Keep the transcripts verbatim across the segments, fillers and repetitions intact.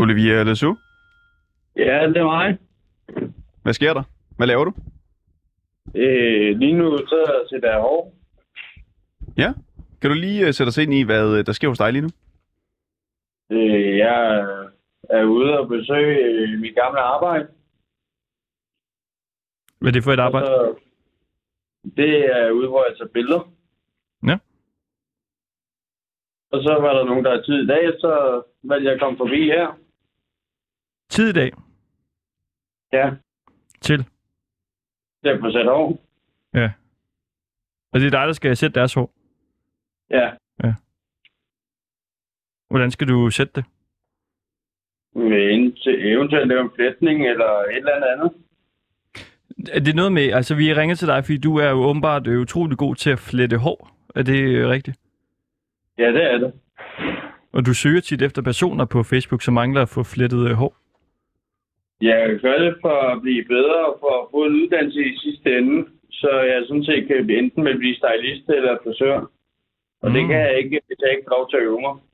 Olivier Lesu? Ja, det er mig. Hvad sker der? Hvad laver du? Øh, lige nu så sætter jeg hår. Ja? Kan du lige uh, sætte os ind i, hvad uh, der sker hos dig lige nu? Øh, jeg er ude og besøge øh, mit gamle arbejde. Hvad er det for et arbejde? Så, det er ude, hvor jeg tager billeder. Ja. Og så var der nogen, der er tid i dag, så valgte jeg at komme forbi her. Tid i dag? Ja. Til? Jeg får sætte hår. Ja. Og det er dig, der skal sætte deres hår? Ja. Ja. Hvordan skal du sætte det? Med eventuelt lave en flætning eller et eller andet andet. Er det noget med, altså vi ringer til dig, fordi du er jo åbenbart øh, utrolig god til at flette hår. Er det øh, rigtigt? Ja, det er det. Og du søger tit efter personer på Facebook, som mangler at få flettet øh, hår? Jeg gør det for at blive bedre og for at få en uddannelse i sidste ende. Så jeg sådan set kan enten med blive stylist eller frisør. Og mm. det kan jeg ikke, hvis jeg ikke får lov til at øve mig.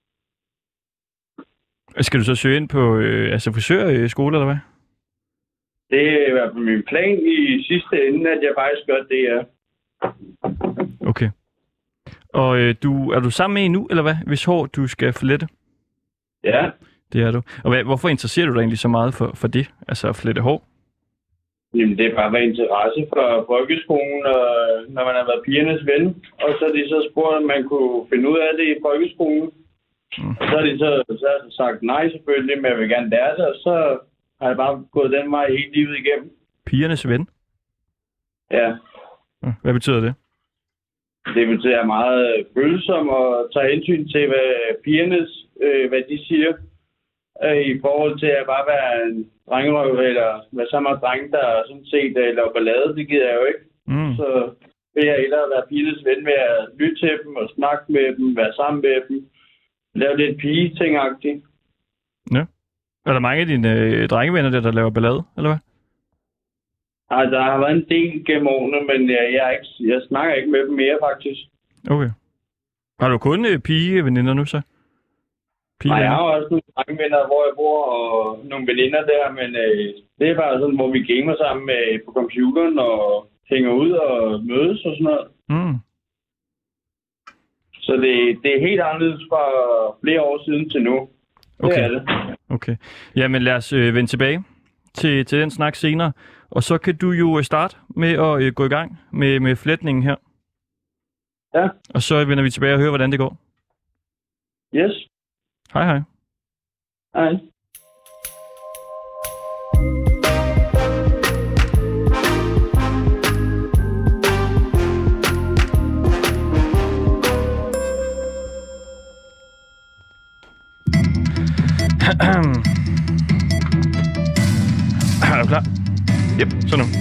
Skal du så søge ind på øh, altså frisørskole, eller hvad? Det er i hvert fald min plan i sidste ende, at jeg faktisk gør det, ja. Okay. Og øh, du, er du sammen med en nu, eller hvad? Hvis hår du skal flette? Ja. Det er du. Og hvad, hvorfor interesserer du dig egentlig så meget for, for det? Altså at flette hår? Jamen, det er bare været interesse for folkeskolen, og når man har været pigernes ven. Og så har de så spurgt, om man kunne finde ud af det i folkeskolen. Mm. Og så har de så, så har de sagt nej selvfølgelig, men jeg vil gerne lære det, og så har jeg bare gået den vej hele livet igennem. Pigernes ven? Ja. Hvad betyder det? Det betyder, at jeg er meget følsom og tager hensyn til, hvad pigernes, øh, hvad de siger. Øh, I forhold til at bare være en drengerøv, eller hvad så med drenge, der sådan set laver ballade, det gider jeg jo ikke. Mm. Så vil jeg hellere være pigernes ven med at lytte til dem og snakke med dem, være sammen med dem. Lave lidt pige-ting-agtigt. Ja. Er der mange af dine øh, drengevenner der, der laver ballade, eller hvad? Ej, der har været en del gennem årene, men jeg, jeg, er ikke, jeg snakker ikke med dem mere, faktisk. Okay. Har du kun øh, pigeveninder nu, så? Nej, jeg har også nogle drengevenner, hvor jeg bor, og nogle veninder der, men øh, det er bare sådan, hvor vi gamer sammen øh, på computeren og hænger ud og mødes og sådan noget. Mm. Så det, det er helt anderledes fra flere år siden til nu. Okay. Det er det. Okay. Jamen lad os øh, vende tilbage til, til den snak senere. Og så kan du jo starte med at øh, gå i gang med, med flætningen her. Ja. Og så vender vi tilbage og hører, hvordan det går. Yes. Hej hej. Hej. Er du klar? Yep, så nu.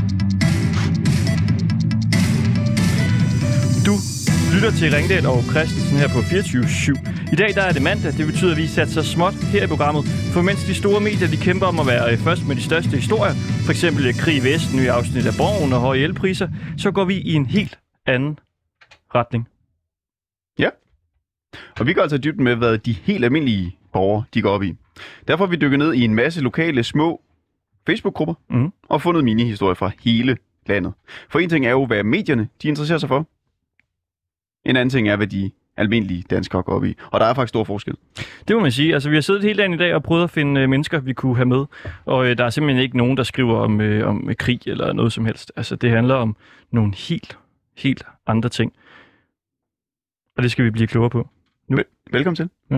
Du lytter til Ringdal og Christensen her på fireogtyve syv. I dag der er det mandag, det betyder, at vi satser småt her i programmet. For mens de store medier de kæmper om at være først med de største historier, for eksempel krig i Vesten, nye afsnit af Borgen og høje elpriser, så går vi i en helt anden retning. Ja, og vi går altså dybt med, hvad de helt almindelige borgere de går op i. Derfor har vi dykket ned i en masse lokale små Facebook-grupper mm. og fundet mini-historier fra hele landet. For en ting er jo, hvad medierne de interesserer sig for. En anden ting er, hvad de almindelige danskere går op i. Og der er faktisk stor forskel. Det må man sige. Altså, vi har siddet hele dagen i dag og prøvet at finde øh, mennesker, vi kunne have med. Og øh, der er simpelthen ikke nogen, der skriver om, øh, om øh, krig eller noget som helst. Altså, det handler om nogle helt, helt andre ting. Og det skal vi blive klogere på nu. Vel- velkommen til. Ja.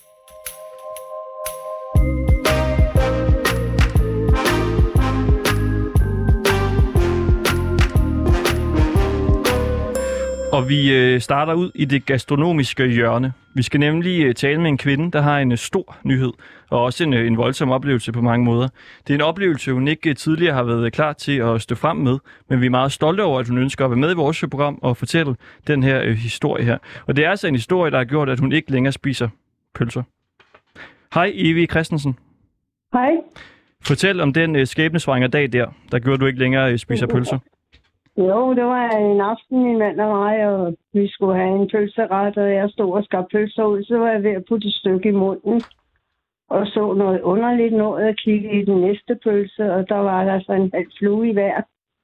Og vi øh, starter ud i det gastronomiske hjørne. Vi skal nemlig øh, tale med en kvinde, der har en øh, stor nyhed, og også en, øh, en voldsom oplevelse på mange måder. Det er en oplevelse, hun ikke øh, tidligere har været klar til at stå frem med, men vi er meget stolte over, at hun ønsker at være med i vores program og fortælle den her øh, historie her. Og det er altså en historie, der har gjort, at hun ikke længere spiser pølser. Hej, Evie Christensen. Hej. Fortæl om den øh, skæbnesvanger dag der, der gjorde, at du ikke længere øh, spiser pølser. Jo, det var en aften, min mand og mig, og vi skulle have en pølseret, og jeg stod og skar pølser ud, så var jeg ved at putte et stykke i munden. og så noget underligt noget og kiggede i den næste pølse, og der var der så en halv flue i hver.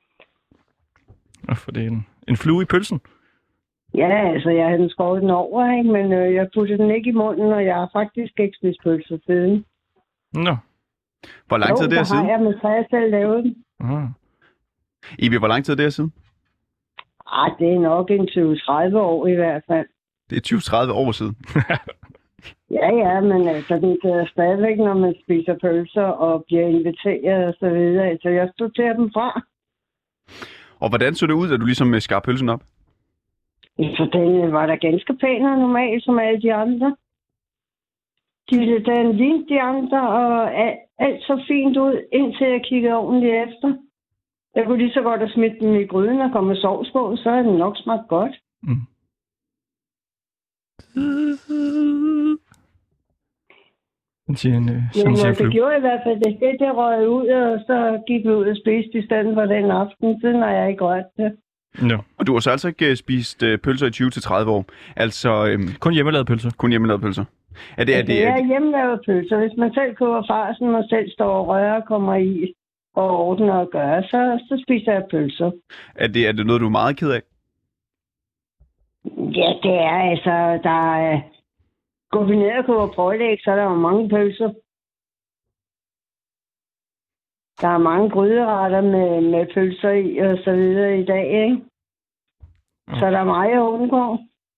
Og for det er en, en flue i pølsen? Ja, altså jeg havde den skåret den over, ikke? Men øh, jeg puttede den ikke i munden, og jeg har faktisk ikke spist pølser siden. Nå. Hvor lang tid er det her siden? Jo, der har jeg med sig selv lavet den. Aha. Ibi, hvor lang tid er det her siden? Ah, det er nok en tyve til tredive år i hvert fald. Det er tyve til tredive år siden. Ja, ja, men altså, det er stadigvæk, når man spiser pølser og bliver inviteret og så videre. Altså, jeg sorterer dem fra. Og hvordan så det ud, at du ligesom skar pølsen op? Så den var da ganske pæn og normal, som alle de andre. De, den lignede de andre, og alt, alt så fint ud, indtil jeg kiggede ordentligt efter. Jeg kunne lige så godt have smidt den i gryden og komme med sovs på, så er den nok smagt godt. Mm. Den siger en, øh, sådan Men siger det flue. gjorde i hvert fald det. Det, det røg ud, og så gik vi ud og spiste i stedet for den aften. Siden har jeg ikke rørt det. No. Og du har så altså ikke uh, spist uh, pølser i tyve til tredive år? Altså øhm, Kun hjemmelavede pølser? kun hjemmelavede pølser? Er det, er det, det er er det, hjemmelavet pølser. Hvis man selv køber farsen og selv står og rører og kommer i og ordner og gør, så, så spiser jeg pølser. er, det, er det noget, du er meget ked af? Ja, det er altså, der er... Går vi ned og køber pålæg, så er der jo mange pølser. Der er mange gryderetter med, med pølser i og så videre i dag, ikke? Ja. Så der er meget at undgå.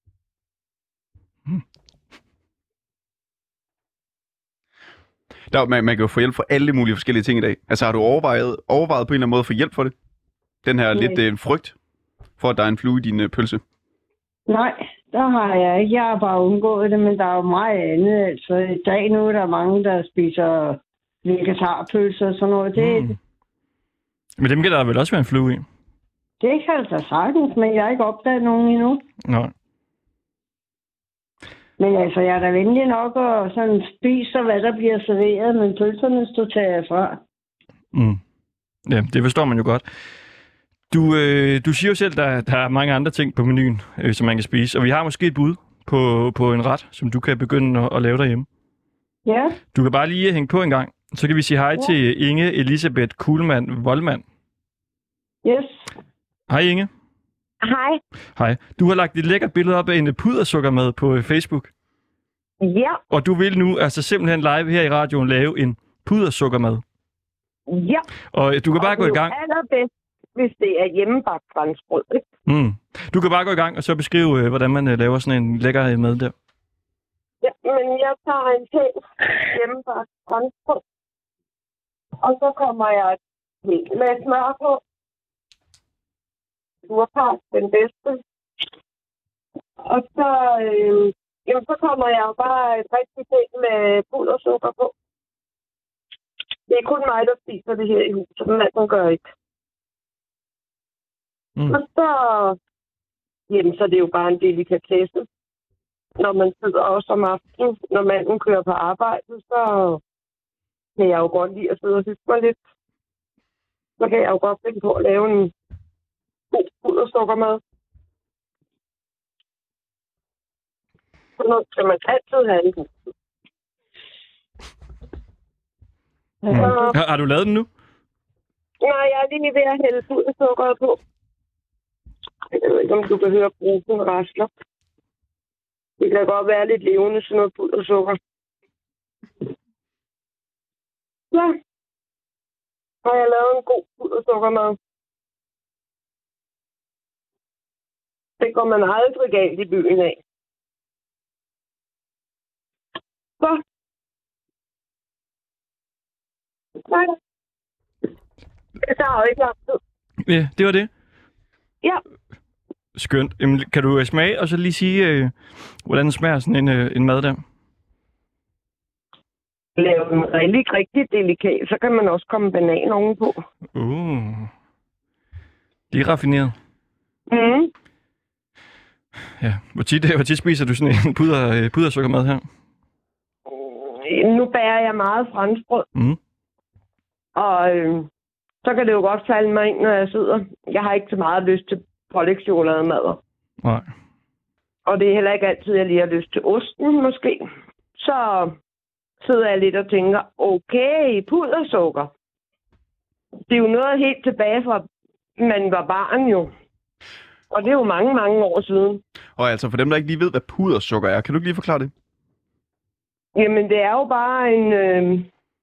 Der, man, man kan jo få hjælp for alle mulige forskellige ting i dag. Altså har du overvejet, overvejet på en eller anden måde at få hjælp for det? Den her Nej. lidt øh, frygt for, at der er en flue i din øh, pølse? Nej, der har jeg ikke. Jeg har bare undgået det, men der er jo meget andet. Altså, i dag nu er der mange, der spiser vegetarpølser og sådan noget. Det, Mm. Men dem kan der vel også være en flue i? det kan altså sagtens, men jeg har ikke opdaget nogen endnu. Nej. Men altså, jeg er da venlig nok og sådan spiser, hvad der bliver serveret, men pølserne står tager jeg fra. Mm. Ja, det forstår man jo godt. Du, øh, du siger jo selv, at der, der er mange andre ting på menuen, øh, som man kan spise. Og vi har måske et bud på, på en ret, som du kan begynde at, at lave derhjemme. Ja, Du kan bare lige hænge på en gang. Så kan vi sige hej Ja. til Inge Elisabeth Kuhlmann Voldmann. yes. Hej Inge. Hej. Hej. Du har lagt et lækkert billede op af en pudersukkermad på øh, Facebook. Ja, Og du vil nu altså simpelthen live her i radioen lave en pudersukkermad. ja. Og øh, du kan bare Og gå det i er gang. jo allerbedst, hvis det er hjemmebagt franskbrød, ikke? Mm. Du kan bare gå i gang og så beskrive, øh, hvordan man øh, laver sådan en lækker øh, mad der. Ja, men jeg tager en pæn hjemmebagt franskbrød. Og så kommer jeg med smør på. Surpart, den bedste. Og så, øh, jamen, så kommer jeg jo bare et rigtig pæn med pudersukker på. Det er kun mig, der spiser det her i huset, men manden gør ikke. Mm. Og så, jamen, så er det jo bare en delikatesse. Når man sidder også om aftenen, når manden kører på arbejde, så kan jeg jo godt lide at sidde og hygge mig lidt. Så kan jeg jo godt finde på at lave en god pudersukkermad. Så nu skal man altid have en god. Mm. Har, har du lavet den nu? Nej, jeg er lige ved at hælde pudersukkeret på. Jeg ved ikke, om du kan høre brusen rasler. Det kan godt være lidt levende, sådan noget pudersukker. Ja. Har jeg lavet en god pudersukkermad. Det går man aldrig galt i byen af. Så. Nej. Det tager jo ikke lang tid. Ja, det var det. Ja. Skønt. Jamen, kan du øh, smage, og så lige sige, øh, hvordan smager sådan en, øh, en mad der? Lave den rigtig, rigtig delikat, så kan man også komme banan ovenpå. Uh. Det er raffineret. Mm. Ja. Hvor tit, hvor tit spiser du sådan en puder, øh, pudersukkermad her? Nu bærer jeg meget franskbrød. Mm. Og øh, så kan det jo godt falde mig ind, når jeg sidder. Jeg har ikke så meget lyst til pålægtschokolademad. Nej. Og det er heller ikke altid, jeg lige har lyst til osten, måske. Så sidder jeg lidt og tænker, okay, pudersukker. Det er jo noget helt tilbage fra, man var barn jo. Og det er jo mange, mange år siden. Og altså, for dem, der ikke lige ved, hvad pudersukker er, kan du ikke lige forklare det? Jamen, det er jo bare en... Øh...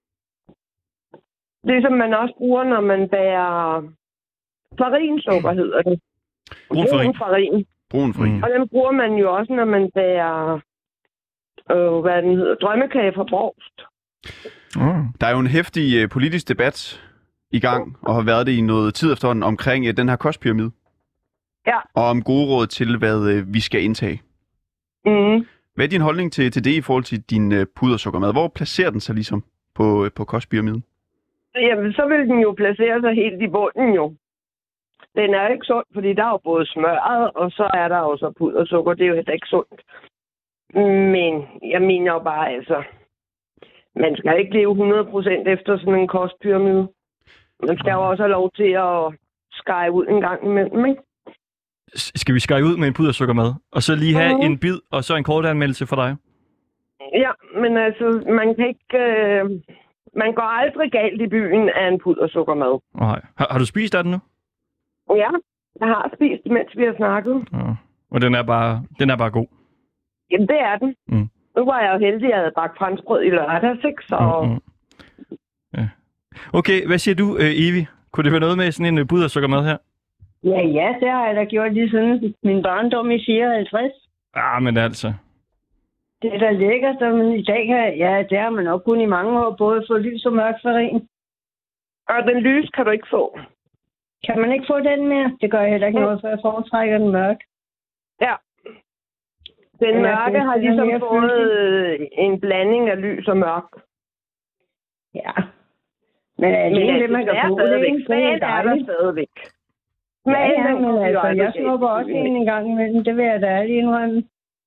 Det, som man også bruger, når man bærer farinsukker, hedder det. Brun farin. farin. Brun farin. Mm. Og den bruger man jo også, når man bærer... Øh, hvad den hedder? Drømmekage fra Brovst. Mm. Der er jo en heftig øh, politisk debat i gang, og har været det i noget tid efterhånden, omkring øh, den her kostpyramide. Ja. Og om gode råd til, hvad øh, vi skal indtage. Mm. Hvad er din holdning til, til det i forhold til din øh, pudersukkermad? Hvor placerer den sig ligesom på, øh, på kostpyramiden? Jamen, så vil den jo placere sig helt i bunden jo. Den er ikke sund, fordi der er jo både smøret, og så er der også pudersukker. Det er jo heller ikke sundt. Men jeg mener jo bare, altså... Man skal ikke leve hundrede procent efter sådan en kostpyramide. Man skal jo også have lov til at skære ud en gang imellem, ikke? Skal vi skære ud med en pudersukkermad? Og så lige have Mhm. en bid, og så en kort anmeldelse for dig? Ja, men altså, man kan ikke... Øh... Man går aldrig galt i byen af en pudersukkermad. Nej. Har, har du spist af den nu? Ja, jeg har spist, mens vi har snakket. Ja. Og den er bare, den er bare god. Jamen, det er den. Mm. Nu var jeg jo heldig, at jeg havde bagt franskbrød i lørdags, ikke? Så... Mm, mm. Ja. Okay, hvad siger du, øh, Evi? Kunne det være noget med sådan en øh, pudersukkermad her? Ja, ja, det har jeg da gjort lige siden min barndom i fireoghalvtreds. Ah, men altså... Det er da lækkert, at man i dag kan... Ja, det har man nok kun i mange år, både for lys og mørk farin. Og den lys kan du ikke få. Kan man ikke få den mere? Det gør jeg heller ikke noget, for jeg foretrækker den mørk. Ja. Den Men mørke jeg har synes, den er ligesom mere fået en blanding af lys og mørk. Ja. Men alene det, man kan få, det er ikke så Smagen er der dejligt. stadigvæk. Ja, Smagen, ja, den men kunne vi altså, aldrig jeg galt snupper i også byen. en en gang imellem. Det vil jeg da ærligt indrømme.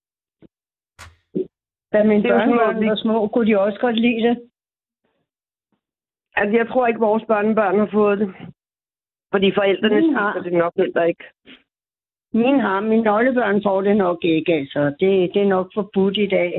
Da mine Det er jo sådan børnebørn noget, var små, kunne de også godt lide det. Altså, jeg tror ikke, vores børnebørn har fået det. Fordi forældrene Mine spiser har. det nok heller ikke. Mine har, mine oldebørn får det nok ikke, altså. Det, det er nok forbudt i dag.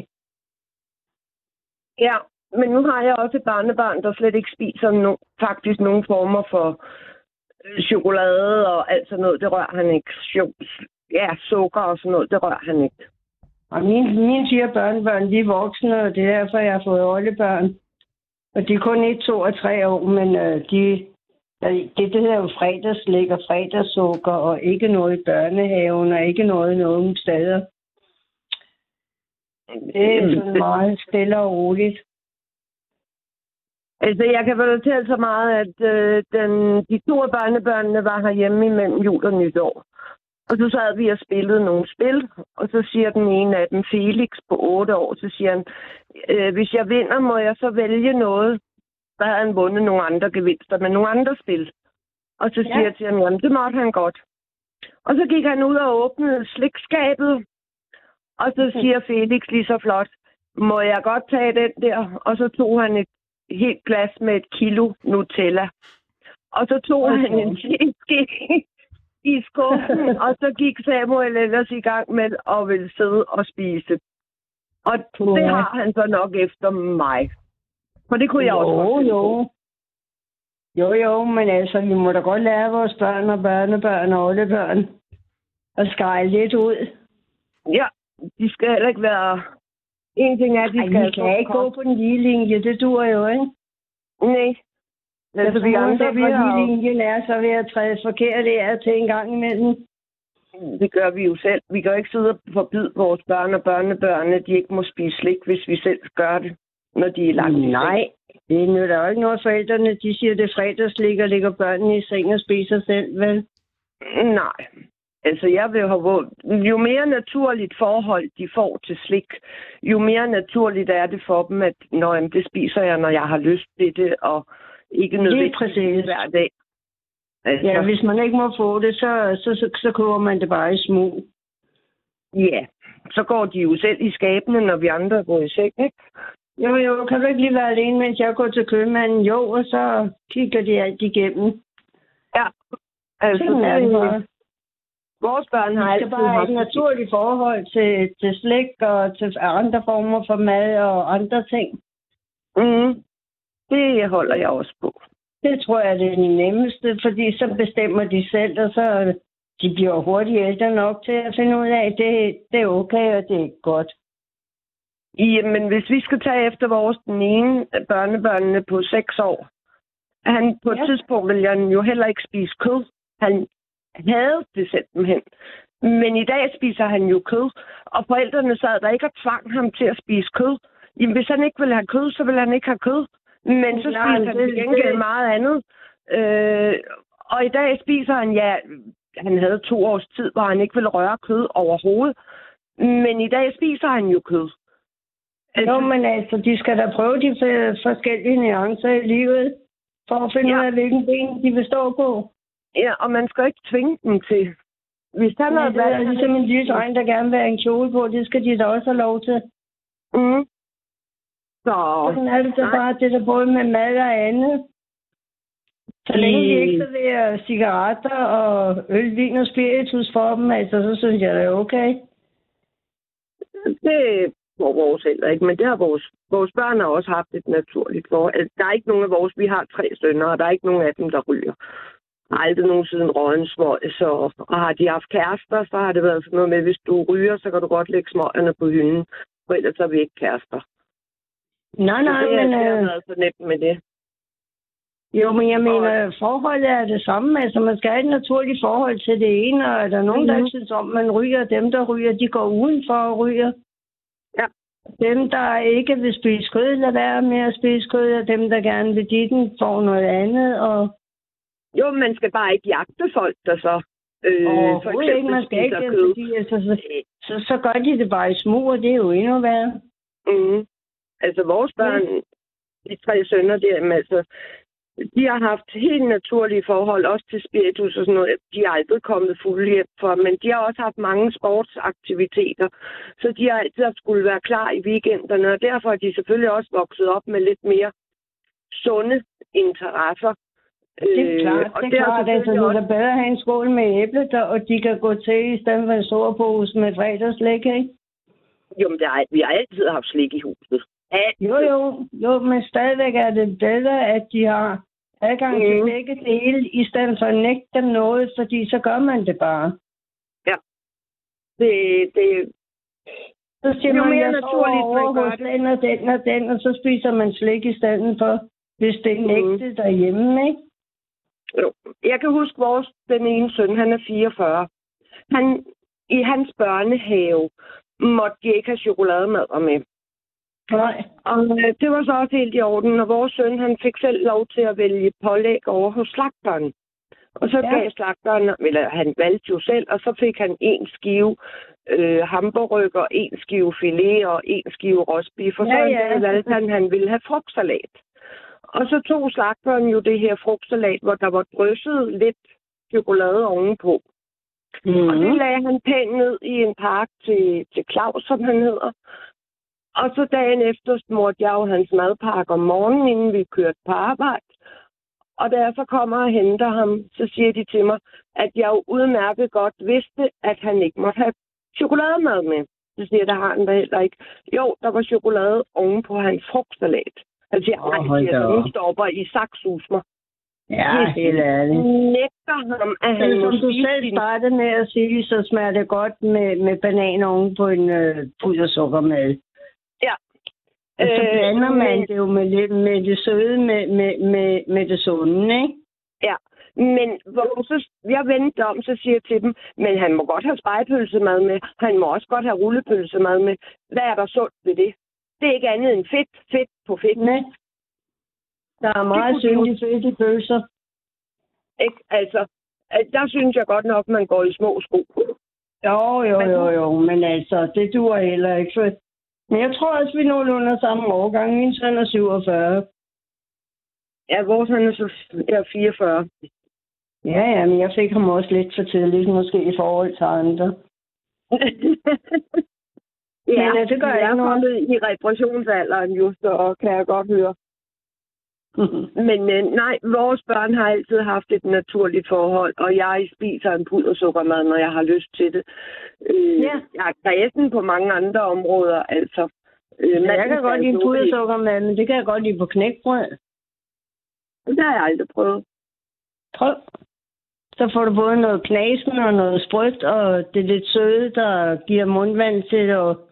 Ja, men nu har jeg også et barnebarn, der slet ikke spiser no, faktisk nogle former for øh, chokolade og alt sådan noget. Det rører han ikke. Sjo- ja, sukker og sådan noget, det rører han ikke. Og mine, mine fire børnebørn, de er voksne, og det er derfor, jeg har fået oldebørn. Og de er kun et, to og tre år, men øh, de, det, det hedder jo fredagslæg og fredagssukker, og ikke noget i børnehaven, og ikke noget nogen steder. Det er sådan meget stille og roligt. Altså, jeg kan fortælle så meget, at øh, den, de to af børnebørnene var herhjemme imellem jul og nytår. Og så sad vi og spillede nogle spil, og så siger den ene af dem, Felix på otte år, så siger han, øh, hvis jeg vinder, må jeg så vælge noget. Der havde han vundet nogle andre gevinster med nogle andre spil. Og så siger Ja. jeg til ham, jamen det måtte han godt. Og så gik han ud og åbnede slikskabet, og så siger Felix lige så flot, må jeg godt tage den der? Og så tog han et helt glas med et kilo Nutella. Og så tog okay. han en teske i skuffen, og så gik Samuel ellers i gang med at ville sidde og spise. Og Ja. det har han så nok efter mig. For det kunne jeg jo, også godt finde på. jo. Jo, jo, men altså, vi må da godt lære vores børn og børnebørn og oldebørn at skære lidt ud. Ja, de skal heller ikke være... En ting er, at de Ej, skal... vi kan ikke gå på den lige linje, det duer jo, ikke? Nej. Altså, vi andre, vi har... har... lige linjen er så ved at træde forkert af til en gang imellem. Det gør vi jo selv. Vi kan jo ikke sidde og forbyde vores børn og børnebørn, at de ikke må spise slik, hvis vi selv gør det, når de er lagt i seng. Nej, det nytter jo ikke noget, forældrene de siger, det er fredagslik og ligger børnene i seng og spiser selv, vel? Nej. Altså, jeg vil have... Jo mere naturligt forhold de får til slik, jo mere naturligt er det for dem, at når, jamen, det spiser jeg, når jeg har lyst til det, og ikke nødvendigvis hver dag. Altså, Ja, hvis man ikke må få det, så, så, så, så køber man det bare i smug. ja, så går de jo selv i skabene, når vi andre går i seng, ikke? Jo, jo, kan du ikke lige være alene, mens jeg går til købmanden? Jo, og så kigger de alt igennem. Ja, altså, Sådan er det bare. Vores børn har Vi altid skal bare have haft et naturligt forhold til, til slik og til andre former for mad og andre ting. Mm. Det holder jeg også på. Det tror jeg, det er det nemmeste, fordi så bestemmer de selv, og så de bliver hurtigt ældre nok til at finde ud af, at det, det er okay, og det er godt. Jamen, hvis vi skal tage efter vores den ene af børnebørnene på seks år, han på et Ja. tidspunkt ville han jo heller ikke spise kød. Han havde det simpelthen. Men i dag spiser han jo kød, og forældrene sad der ikke og tvang ham til at spise kød. Jamen, hvis han ikke ville have kød, så ville han ikke have kød. Men så Nej, spiser han det- til gengæld det- meget andet. Øh, og i dag spiser han, ja, han havde to års tid, hvor han ikke ville røre kød overhovedet. Men i dag spiser han jo kød. Jo, men altså, de skal da prøve de f- forskellige nuancer i livet, for at finde Ja. ud af, hvilken ben de vil stå på. Ja, og man skal ikke tvinge dem til. Hvis han Ja, har det er valgt... ligesom en lille dreng, der gerne vil have en kjole på. Det skal de da også have lov til. Mm. Så... Sådan er det da Nej. bare, det der både med mad og andet. Så længe de Mm. ikke serverer cigaretter og øl, vin og spiritus for dem, altså, så synes jeg, det er okay. Det får vores heller ikke, men det har vores, vores børn har også haft et naturligt forhold. Altså, der er ikke nogen af vores, vi har tre sønner, og der er ikke nogen af dem, der ryger. Der har aldrig nogensinde røget en smøg, så og har de haft kærester, så har det været sådan noget med, hvis du ryger, så kan du godt lægge smøgerne på hylden, for ellers er vi ikke kærester. Nej, nej, det, men... det har Øh, været så nemt med det. jo, men jeg mener, forholdet er det samme. Altså, man skal have et naturligt forhold til det ene, og er der nogen, mm-hmm. der Mhm. ikke synes om, man ryger, dem, der ryger, de går udenfor og ryger. Ja. Dem, der ikke vil spise kød, lader være med at spise kød, og dem, der gerne vil ditten, får noget andet, og... Jo, man skal bare ikke jagte folk, der så øh, for Overhovedet eksempel ikke, man skal ikke spiser det, kød. fordi altså, så, så, så gør de det bare i smug, og det er jo endnu værre. Mm. Altså vores børn, de tre sønner der, jamen, altså, de har haft helt naturlige forhold, også til spiritus og sådan noget. De er aldrig kommet fulde hjem for, men de har også haft mange sportsaktiviteter, så de har altid skulle være klar i weekenderne, og derfor er de selvfølgelig også vokset op med lidt mere sunde interesser. Det er klart, og det er klart. Altså, det er også... da bedre at have en skål med æble, der, og de kan gå til i stedet for en stor pose med fredagslæg, ikke? Jo, men der er, vi har altid haft slik i huset. Altid. Jo, jo, jo, men stadigvæk er det bedre, at de har adgang mm. til begge dele, i stedet for at nægte dem noget, fordi så gør man det bare. Ja. Det, det, så siger jo man, mere jeg naturligt, over man gør hos det. den og den og den, og så spiser man slik i stedet for, hvis det er nægtet mm. derhjemme, ikke? Jo. Jeg kan huske vores, den ene søn, han er fireogfyrre. Han, i hans børnehave måtte de ikke have chokolademad med. Nej. Og øh, det var så også helt i orden, og vores søn, han fik selv lov til at vælge pålæg over hos slagteren. Og så ja. gav slagteren, eller han valgte jo selv, og så fik han en skive øh, hamburger, en skive filet og en skive rostbiff. Og så ja, ja. valgte han, at han ville have frugtsalat. Og så tog slagteren jo det her frugtsalat, hvor der var drysset lidt chokolade ovenpå. Mm-hmm. Og det lagde han pænt ned i en park til, til Claus, som han hedder. Og så dagen efter smurte jeg jo hans madpakke om morgenen, inden vi kørte på arbejde. Og da jeg så kommer og henter ham, så siger de til mig, at jeg jo udmærket godt vidste, at han ikke måtte have chokolademad med. Så siger jeg, der har han da heller ikke. Jo, der var chokolade oven på hans frugtsalat. Han siger, nej, oh, siger, nu stopper I saksus mig. Ja, helt ærligt. Nægter ham, at han som må du selv sin... startede med at sige, så smager det godt med, med banan oven på en øh, pudersukkermad. Ja. Og så blander man men... det jo med, lidt, med det søde, med, med, med, med det sunde, ikke? Ja, men hvor så, jeg vendte om, så siger jeg til dem, men han må godt have spegepølsemad med, han må også godt have rullepølsemad med. Hvad er der sundt ved det? Det er ikke andet end fedt, fedt på fedt. Nej. Der er meget syndigt fedt i pølser. Ikke? Altså, der synes jeg godt nok, man går i små sko. Jo, jo, jo, jo, men altså, det duer heller ikke. For... Men jeg tror også, vi er nogenlunde samme årgang. Min søn er syvogfyrre. Ja, vores han er så er fireogfyrre. Ja, ja, men jeg fik ham også lidt for tidligt, måske i forhold til andre. Ja, men, det gør jeg er ikke kommet i reparationsalderen just, og kan jeg godt høre. Men øh, nej, vores børn har altid haft et naturligt forhold, og jeg spiser en pudersukkermad, når jeg har lyst til det. Øh, ja. Jeg er kredsen på mange andre områder, altså. Øh, Ja, jeg kan godt lide pudersukkermad, men det kan jeg godt lide på knækbrød. Det har jeg aldrig prøvet. Prøv. Så får du både noget knasen og noget sprødt, og det er lidt søde, der giver mundvand til det, og,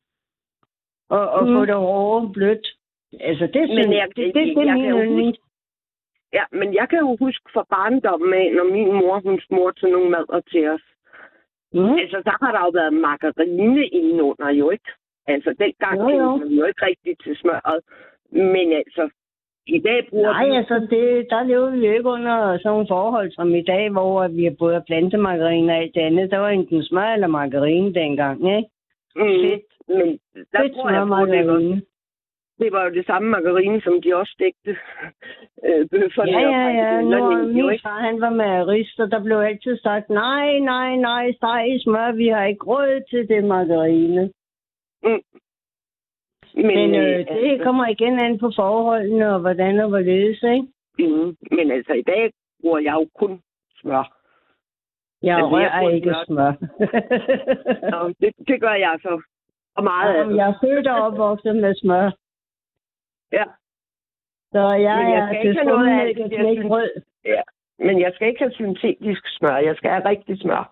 og, og Mm. få det hårde blødt. Altså, det, Men jeg- det, det, det, det er jeg min kan jo yndling. Ja, men jeg kan jo huske fra barndommen af, når min mor, hun smurte sådan nogle madder til os. Mm. Altså, der har der jo været margarine indenunder, jo ikke? Altså, dengang Jo, jo. kendte man jo ikke rigtigt til smøret. Men altså, i dag bruger Nej, vi... altså, det, der lever vi jo ikke under sådan nogle forhold som i dag, hvor vi har både plantemargarine og alt det andet. Der var enten smør eller margarine dengang, ikke? Mm, fedt. men der Fedt tror smør jeg på, det var, margarine. det var jo det samme margarine, som de også stegte øh, bøfferne. Ja, og ja, ja. frikadellerne Når i, jo min ikke? far, han var magerist, og der blev altid sagt, nej, nej, nej, steg i smør, vi har ikke råd til det margarine. Mm. Men, Men øh, øh, det kommer igen an på forholdene, og hvordan og hvorledes, ikke? Mm, men altså, i dag bruger jeg jo kun smør. Jeg Altså, jeg rører bruger ikke smør. smør. Og det, det gør jeg så. Og meget af Jamen, det. jeg er født og opvokset med smør. Ja. Så jeg, Men jeg er skal til ikke have noget af skummelmælk alt og det der knækbrød. Ja. Men jeg skal ikke have syntetisk smør. Jeg skal have rigtig smør.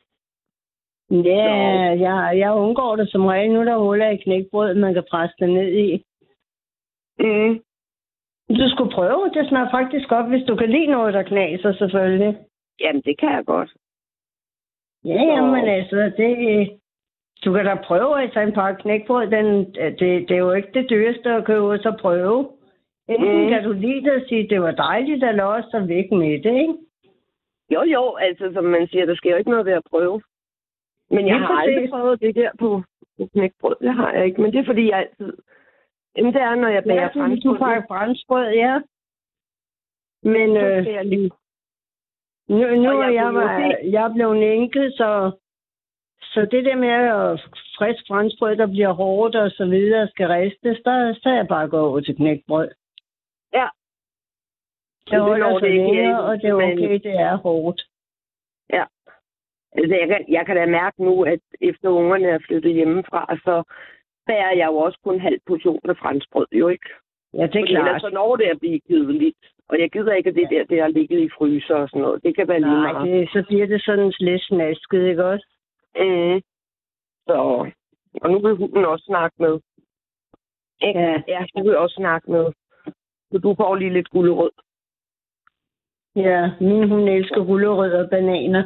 Ja, jeg, jeg undgår det som regel. Nu er der huller i knækbrød, man kan presse det ned i. Mm. Du skulle prøve. Det smager faktisk godt, hvis du kan lide noget, der knaser, selvfølgelig. Jamen, det kan jeg godt. Ja, jamen altså, det... Du kan da prøve, altså en pakke knækbrød. Den, det, det er jo ikke det dyreste at købe, så prøve. Enten Mm. kan du lide det og sige, det var dejligt, eller også så væk med det, ikke? Jo, jo, altså, som man siger, der sker jo ikke noget ved at prøve. Men jeg Lige har aldrig præcis. prøvet det der på, på knækbrød. Det har jeg ikke. Men det er, fordi jeg altid... Jamen, det er, når jeg bager Ja, du franskbrød. pakker franskbrød, ja. Men Så øh, skal jeg lige... nu, nu Og er jeg jeg, kunne jo jeg, jeg er blevet enke, så, så det der med at frisk franskbrød, der bliver hårdt og så videre, skal ristes, der, så er jeg bare gået over til knækbrød. Ja. Det holder når sig det ikke længere, er- og det er men- okay, det er hårdt. Ja. Altså, jeg kan, jeg kan da mærke nu, at efter ungerne er flyttet hjemmefra, så bærer jeg jo også kun en halv portion af franskbrød, jo ikke? Ja, det er Fordi ellers klart. så når det at blive kedeligt. Og jeg gider ikke, at det der, det har ligget i fryser og sådan noget. Det kan være lige Nej, meget. det, så bliver det sådan lidt snasket, ikke også? Mm. Så, og nu vil hunden også snakke med. Ikke? Ja. Ja, du vil også snakke med. Så du får lige lidt gulerød. Ja, min hun elsker gulerødder og bananer.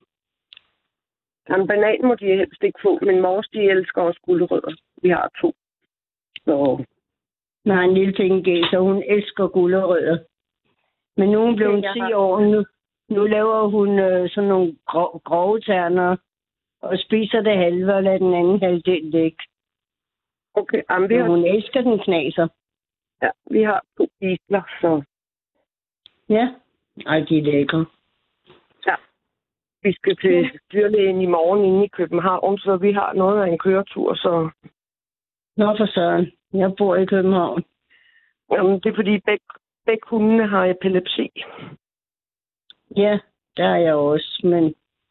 En banan må de helst ikke få, men mors, de elsker også gulerødder. Vi har to. Så, Jeg har en lille pengegæl, så hun elsker gulerødder. Men nu er hun blevet Jeg ti har- år, nu, nu laver hun øh, sådan nogle grov, grove terner og spiser det halve og lader den anden halvdel ligge. okay, jamen, vi, Men har, hun elsker den knaser. ja, vi har to isler, så Ja, ej, de er lækre. vi skal til dyrlægen i morgen inde i København, så vi har noget af en køretur, så Nå for søren, jeg bor i København. jamen, det er fordi begge, begge hundene har epilepsi. Ja, der er jeg også, men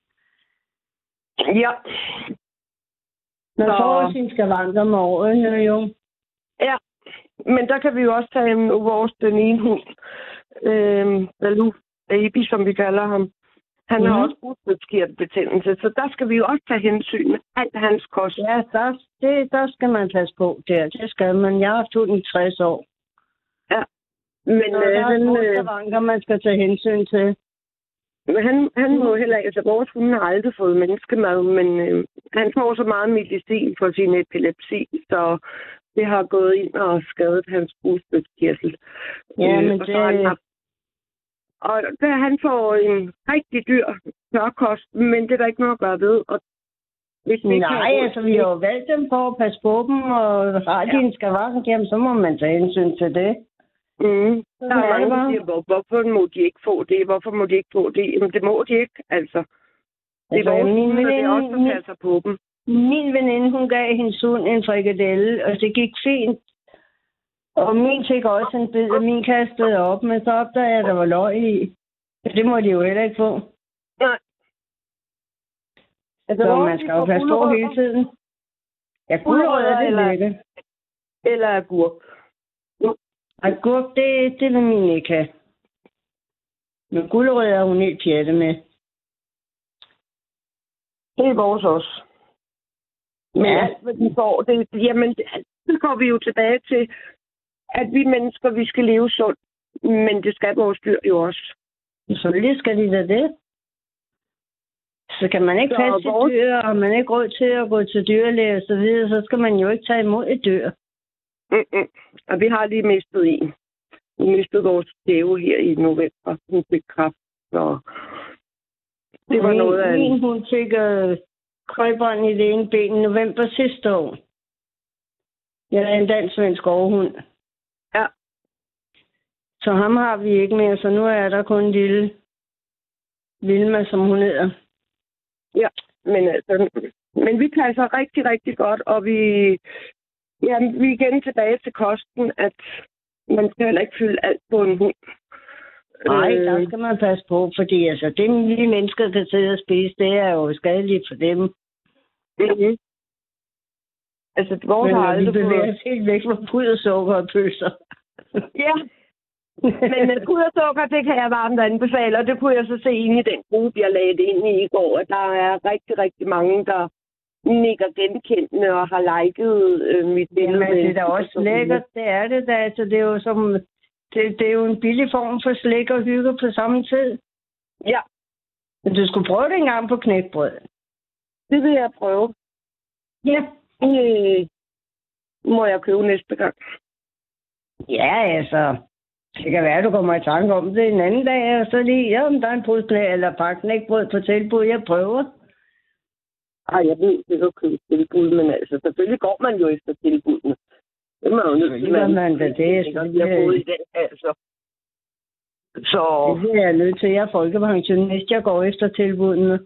Ja, man Så- får sine skavanker med årene, jo. ja. Men der kan vi jo også tage en, vores den ene hund, øh, Baloo Baby, som vi kalder ham. Han mm. har Mhm. også bugspytkirtelbetændelse, så der skal vi jo også tage hensyn med alt hans kost. Ja, der, det, der skal man passe på der. Det skal man. Jeg har haft hunden i tres år. Men Så øh, der er han, små øh, skavanker, man skal tage hensyn til. men han, han må heller ikke, altså vores hunde har aldrig fået menneskemad, men øh, han får så meget medicin for sin epilepsi, så det har gået ind og skadet hans bugspytkirtel. Ja, men og så har han det- haft Og der, han får en rigtig dyr tørkost, men det er der ikke noget at gøre ved. Og hvis vi ikke Nej, har råd altså til vi det- har jo valgt dem for at passe på dem, og har de Ja. en skavank, jamen så må man tage hensyn til det. Mm. Der Sådan er er mange, det der bare. siger, hvor, hvorfor må de ikke få det? Hvorfor må de ikke få det? Jamen, det må de ikke, altså. Det Altså, er vores min hunde, og det er veninde- også, der passer på dem. Min veninde, hun gav hendes hund en frikadelle, og det gik fint. Og min fik også en bid, og min kastede op, men så opdagede jeg, at der var løg i. Så det må de jo heller ikke få. Nej. Altså, Så vores, man de skal jo får passe på gulerødder. hele tiden. Ja, Gulerødder gulerødder, det eller- er lækkert. eller agurk. Agurk, det, det vil min ikke have. Men gulerødder er hun helt pjatte med. Det er vores også. Men Ja. alt, hvad de får, det, jamen, så går vi jo tilbage til, at vi mennesker, vi skal leve sundt. Men det skal vores dyr jo også. Selvfølgelig skal de da det. Så kan man ikke Så passe vores- sit dyr, og man er ikke råd til at gå til dyrlæge og så videre, så skal man jo ikke tage imod et dyr. Mm-mm. Og vi har lige mistet en. Vi mistede vores dæve her i november. Hun fik kræft. Så det var min, noget af en... Min, hun fik øh, krøjbånd i det ene ben i november sidste år. Jeg er en dansk svensk overhund. Ja. Så ham har vi ikke mere, så nu er der kun en lille Vilma, som hun hedder. Ja, men altså... Men vi passer rigtig, rigtig godt, og vi... Ja, vi er igen tilbage til kosten, at man skal heller ikke fylde alt på en hund. Nej, Øh, der skal man passe på, fordi altså, det vi mennesker kan sidde og spise, det er jo skadeligt for dem. Mm-hmm. Altså, vores Men har når vi aldrig bevæger fået... os helt væk fra pudersukker og pølser. Ja, men uh, pudersukker, det kan jeg varmt anbefale, og det kunne jeg så se inde i den gruppe, jeg lagde det ind i i går, at der er rigtig, rigtig mange, der nikker genkendende og har liket øh, mit billede. Jamen, det er da også lækkert, det er det da. Altså, det er jo som, det, det er jo en billig form for slik og hygge på samme tid. Ja. Men du skulle prøve det engang på knækbrød. Det vil jeg prøve. Ja. Øh, må jeg købe næste gang. Ja, altså. Det kan være, at du kommer i tanke om det en anden dag, og så lige, ja, om der er en pose knæ, eller pakke knækbrød på tilbud, jeg prøver. Ej, jeg ved ikke, at købe tilbud, men altså, selvfølgelig går man jo efter tilbudene. Det er man jo nødt til. Gør man da det, så Jeg har boet i den, altså. Så det er jeg nødt til. Jeg er folkepensionist, jeg går efter tilbudene.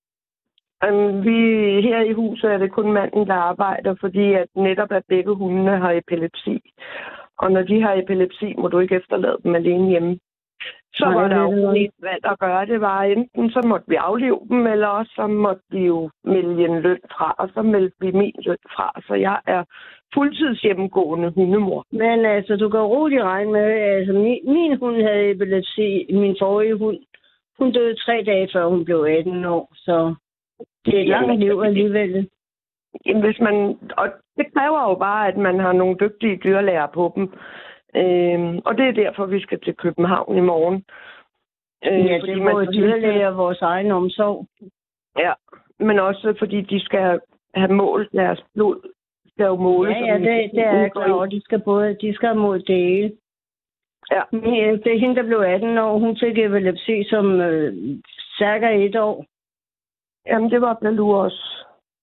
um, vi her i huset er det kun manden, der arbejder, fordi at netop at begge hundene har epilepsi. Og når de har epilepsi, må du ikke efterlade dem alene hjemme. Så Nej, var der det er jo det. et valg at gøre. Det var enten, så måtte vi aflive dem, eller også så måtte vi jo melde en løn fra, og så meldte vi min løn fra. Så jeg er fuldtids hjemmegående hundemor. Men altså, du kan roligt regne med, altså min, min hund havde epilepsi, min forrige hund, hun døde tre dage før hun blev atten år, så det er et langt Jamen, liv alligevel. Jamen, hvis man, og det kræver jo bare, at man har nogle dygtige dyrlæger på dem. Øhm, og det er derfor, vi skal til København i morgen. Øh, Ja, fordi det er man vores skal- dyrlæger og vores egen omsorg. Ja, men også fordi de skal have målt deres blod. Skal jo måle. Ja, ja, det, det er jeg klar over. De skal både, de skal mod det hele. Ja. Men, det er hende, der blev atten år. Hun fik epilepsi som øh, cirka et år. Jamen, det var Baloo også.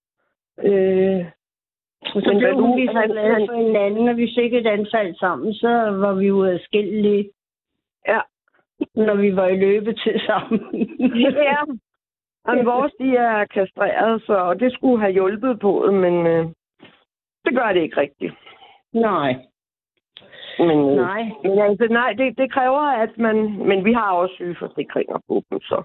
Øh, Og så Men blev Baloo, hun lige så han- glad han- for hinanden, og vi fik et anfald sammen, så var vi jo adskillige, ja. når vi var i løbetid sammen. Ja. Jamen, vores, de er kastreret, så det skulle have hjulpet på det, men øh, det gør det ikke rigtigt. Nej, Men, øh, nej. men altså, nej, det, det kræver, at man... Men vi har også sygeforsikringer på dem, så...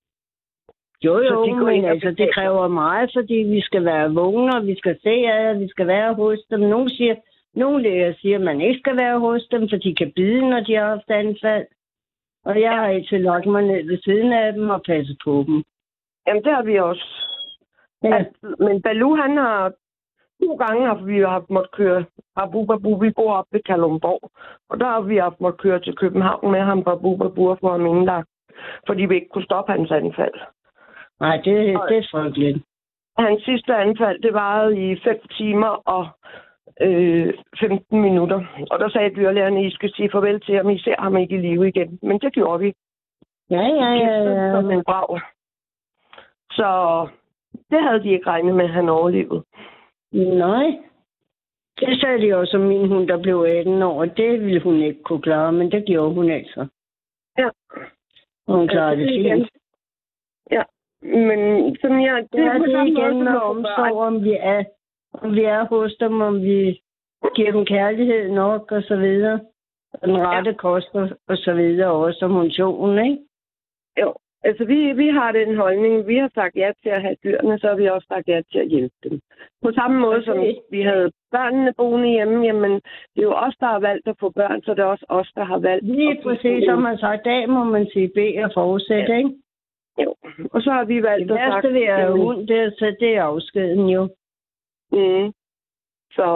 Jo, Så jo, de går men ind og altså, det betaler. kræver meget, fordi vi skal være vågne, og vi skal se af, vi skal være hos dem. Nogle, siger, nogle læger siger, at man ikke skal være hos dem, for de kan bide, når de har haft anfald. Og jeg har altid lagt mig ned ved siden af dem og passet på dem. Jamen, det har vi også. Ja. Altid. Men Baloo, han har... To gange har vi haft måttet køre... Babu Babu, vi bor oppe ved Kalundborg. Og der har vi haft måttet køre til København med ham, Babu Babu, for ham indlagt. Fordi vi ikke kunne stoppe hans anfald. Nej, det, det er frygteligt. Hans sidste anfald, det varede i fem timer og øh, femten minutter. Og der sagde dyrlægerne, I skal sige farvel til ham, I ser ham ikke i live igen. Men det gjorde vi. Ja, ja, ja, ja. Som en brav. Så det havde de ikke regnet med, at han overlevede. Nej. Det sagde de også om min hund, der blev atten år, og det ville hun ikke kunne klare, men det gjorde hun altså. Ja. Og hun klarede det fint. Ja, men som jeg... Det er på det samme måde, igen som med med omsorg, om vi er, om vi er hos dem, om vi giver dem kærlighed nok, og så videre. Og den rette ja. kost, og, og så videre, også om motionen, ikke? Jo, Altså, vi, vi har den holdning. Vi har sagt ja til at have dyrene, så har vi også sagt ja til at hjælpe dem. På samme måde, som vi havde børnene boende hjemme, jamen, det er jo os, der har valgt at få børn, så det er også os, der har valgt. Lige præcis, som man sagt, dag må man sige B og fortsætte, ja. Ikke? Jo, og så har vi valgt det at sagt... Det værste ved at have hund, det er, så det er afskeden jo. Mm. Så...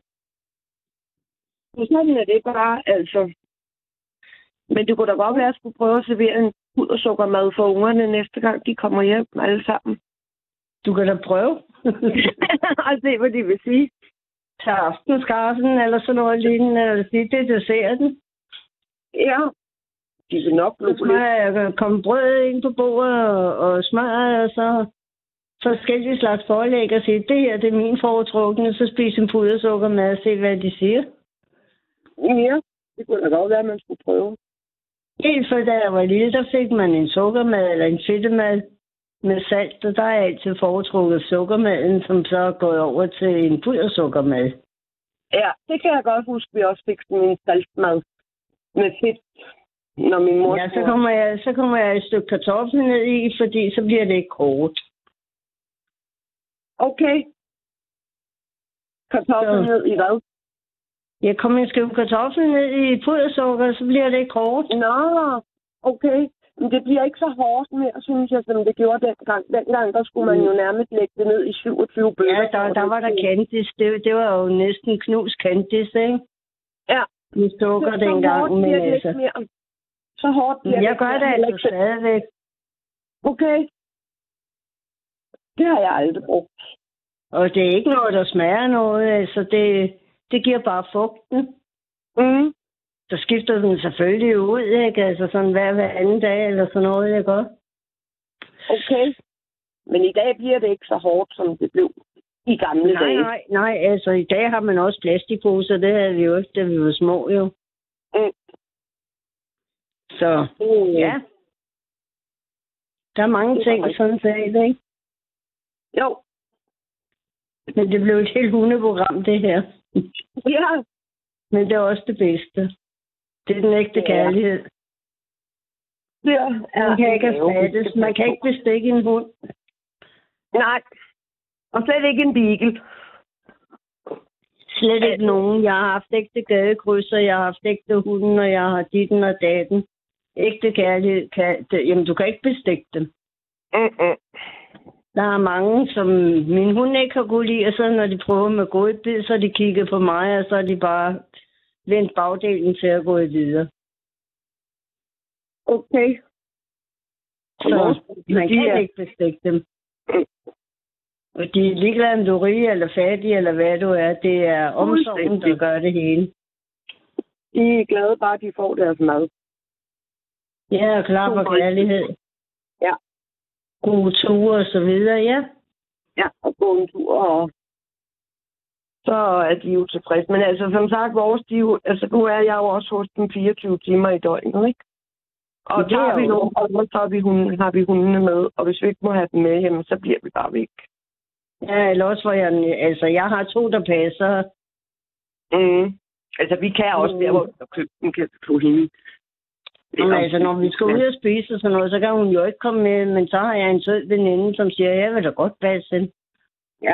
Så sådan er det bare, altså. Men det kunne da godt være, at jeg skulle prøve at servere en pudersukkermad for ungerne næste gang, de kommer hjem alle sammen. Du kan da prøve. Og se, hvad de vil sige. Til aftenskaffen eller sådan noget lignende, eller sige, det er desserten. Ja. De vil nok blive lidt. Jeg kan komme brød ind på bordet og, og smør, og så forskellige slags forlæg og sige, det her det er min foretrukne, så spise en pudersukkermad og se, hvad de siger. Ja, det kunne da godt være, at man skulle prøve. Helt fra da jeg var lille, der fik man en sukkermad eller en fedtemad med salt, og der er altid foretrukket sukkermaden, som så er gået over til en pudersukkermad. Ja, det kan jeg godt huske, vi også fik sådan en saltmad med fedt, når min mor... Ja, så kommer, jeg, så kommer jeg et stykke kartoffel ned i, fordi så bliver det ikke hårdt. Okay. Kartoffel ned i hvad? Jeg kommer en skive kartoffel ned i pudersukker, så bliver det ikke hårdt. Nå, okay. Men det bliver ikke så hårdt mere, synes jeg, som det gjorde dengang. Dengang, der skulle man jo nærmest lægge det ned i syvogtyve bøtter. Ja, der, der var der Candice. Det, det var jo næsten knus Candice, ikke? Ja. Med sukker så, dengang. Så hårdt bliver det ikke mere. Så hårdt bliver jeg det gør det altså stadigvæk. Okay. Det har jeg aldrig brugt. Og det er ikke noget, der smager noget. Altså, det, det giver bare fugten. Mm. Så skifter den selvfølgelig ud, ikke? Altså sådan hver, hver anden dag eller sådan noget, ikke også? Okay. Men i dag bliver det ikke så hårdt, som det blev i gamle nej, dage. Nej, nej, altså i dag har man også plastikposer, det havde vi jo ikke, da vi var små jo. Mm. Så, mm. ja. Der er mange ting sådan set, ikke? Jo. Men det blev et helt hundeprogram, det her. Ja. Men det er også det bedste. Det er den ægte ja. kærlighed. Ja. Man kan ikke erstattes. Man kan ikke bestikke en hund. Nej. Og slet ikke en beagle. Slet ikke nogen. Jeg har haft ægte gadekrydser, jeg har haft ægte hunden, og jeg har ditten og datten. Ægte kærlighed. Kan, det, jamen, du kan ikke bestikke dem. Mm-mm. Der er mange, som min hund ikke har kunnet lide, og så når de prøver med godbid, så de kigger på mig, og så er de bare vendt bagdelen til at gå videre. Okay. Så man kan ikke bestikke dem. Og de er ligeglade, om du er rig eller fattig, eller hvad du er. Det er omsorgen, der gør det hele. De er glade bare, at de får deres mad. Ja, og klar for kærlighed. Ja. Gode ture og så videre, ja. Ja, og gå en tur, og så er de jo tilfredse. Men altså, som sagt, vores de jo, altså, nu er jeg jo også hos dem fireogtyve timer i døgnet, ikke? Og det tager vi jo. nogle år, så har vi, hunde, har vi hundene med, og hvis vi ikke må have dem med hjemme, så bliver vi bare væk. Ja, eller også for jeg, altså, jeg har to, der passer. Mm. Altså, vi kan også mm. der, hvor der købte en kan hende. Jamen, altså, når vi skal ud og spise og sådan noget, så kan hun jo ikke komme med, men så har jeg en sød veninde, som siger, jeg vil da godt passe ind. Ja.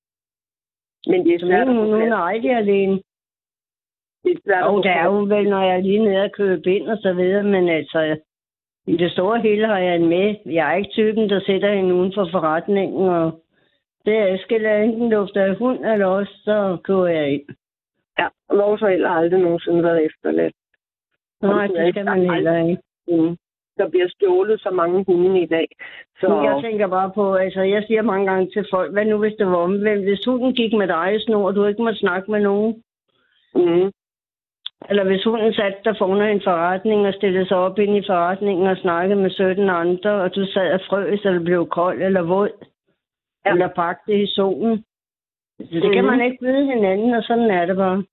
Men det er svært at hun, hun er aldrig alene. Det er svært og der er hun vel, når jeg er lige nede og køber ind og så videre, men altså, i det store hele har jeg en med. Jeg er ikke typen, der sætter hende uden for forretningen, og det er, skal jeg enten lufte af hund, eller også, så køber jeg ind. Ja, og vores forældre har aldrig nogensinde været efterladt. Nej, det skal man heller ikke. Mm. Der bliver stjålet så mange hunde i dag. Så... Jeg tænker bare på, altså jeg siger mange gange til folk, hvad nu hvis det var omvendt? Hvis hunden gik med dig i snor, og du ikke må snakke med nogen? Mm. Eller hvis hunden satte dig foran en forretning og stillede sig op ind i forretningen og snakkede med sytten andre, og du sad og frøs, eller blev kold eller våd, ja. Eller bagte i solen. Så det mm. kan man ikke byde hinanden, og sådan er det bare.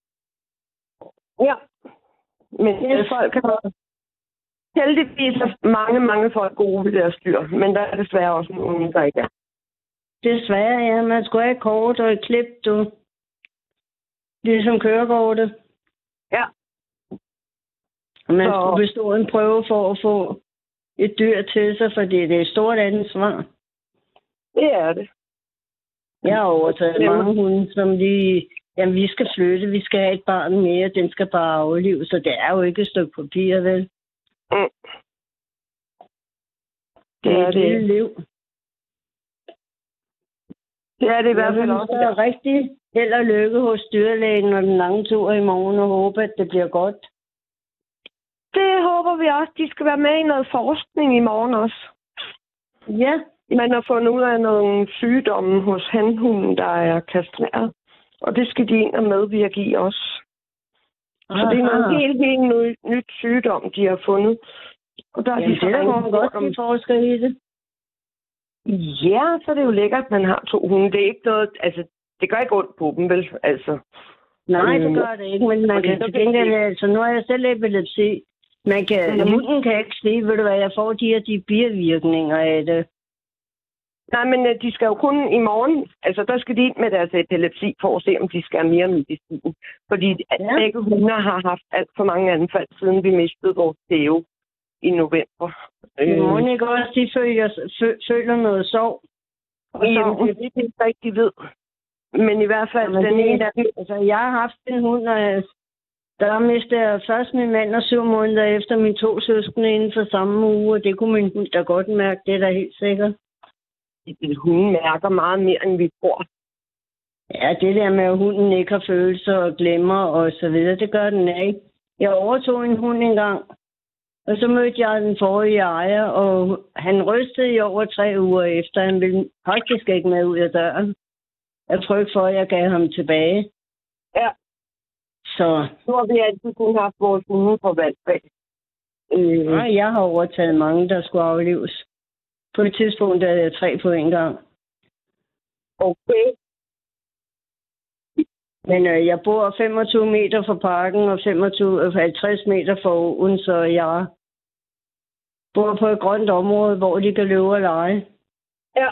Ja. Men yes. folk kan heldigvis er mange, mange folk gode ved deres dyr, men der er desværre også nogle, der ikke er. Desværre, ja. Man skulle have et kort og et klip, du. Ligesom kørekortet. Ja. Man så... skulle bestå en prøve for at få et dyr til sig, fordi det er et stort ansvar. Det er det. Jeg har overtaget Jamen. mange hunde, som lige... Jamen, vi skal flytte, vi skal have et barn mere, den skal bare aflive, så det er jo ikke et stykke papir, vel? Mm. Det er et lille liv. Det er det i hvert fald Jeg også. Jeg er rigtig held og lykke hos dyrlægen og den lange tur i morgen, og håber, at det bliver godt. Det håber vi også. De skal være med i noget forskning i morgen også. Ja. Man har fundet ud af nogle sygdomme hos hanhunden, der er kastreret. Og det skal de ind og medvirke i også. Så det er noget helt, helt nyt, nyt sygdom, de har fundet. Og der er Jamen, de så det er ringet da godt, om- de forsker i det. Ja, så er det jo lækkert, at man har to hunde. Det er ikke noget, altså, det gør ikke ondt på dem, vel? Altså. Nej, det Øhm, gør det ikke, men man og det- kan så til kan gengæld, det- altså nu har jeg selv epilepsi. Man kan, Mhm. hunden kan ikke sige, ved du hvad, jeg får de her de bivirkninger af det. Nej, men øh, de skal jo kun i morgen, altså der skal de ind med deres epilepsi for at se, om de skal have mere medicin. Fordi Ja. ja. begge hunde har haft alt for mange anfald, siden vi mistede vores dæve i november. Øh. Må ikke også, de føler, fø, føler noget sorg? Og Jamen, sorg. det er det, jeg ikke rigtig ved. Men i hvert fald, Jamen, den det- ene af dem, Altså, jeg har haft en hund, og jeg- der mistede jeg først min mand og syv måneder efter mine to søskende inden for samme uge, og det kunne min hund da godt mærke, det er da helt sikkert. hunden mærker meget mere, end vi tror. Ja, det der med, at hunden ikke har følelser og glemmer og så videre, det gør den ikke. Jeg overtog en hund engang, og så mødte jeg den forrige ejer, og han rystede i over tre uger efter. Han ville faktisk ikke med ud af døren. Jeg frygte for, at jeg gav ham tilbage. Ja. Så Nu har vi altid kun haft vores hunde på valgfag. Øh, nej, jeg har overtaget mange, der skulle aflives. På et tidspunkt havde jeg tre på en gang. okay. Men øh, jeg bor femogtyve meter fra parken og femogtyve, halvtreds meter fra åen, så jeg bor på et grønt område, hvor de kan løbe og lege. Ja.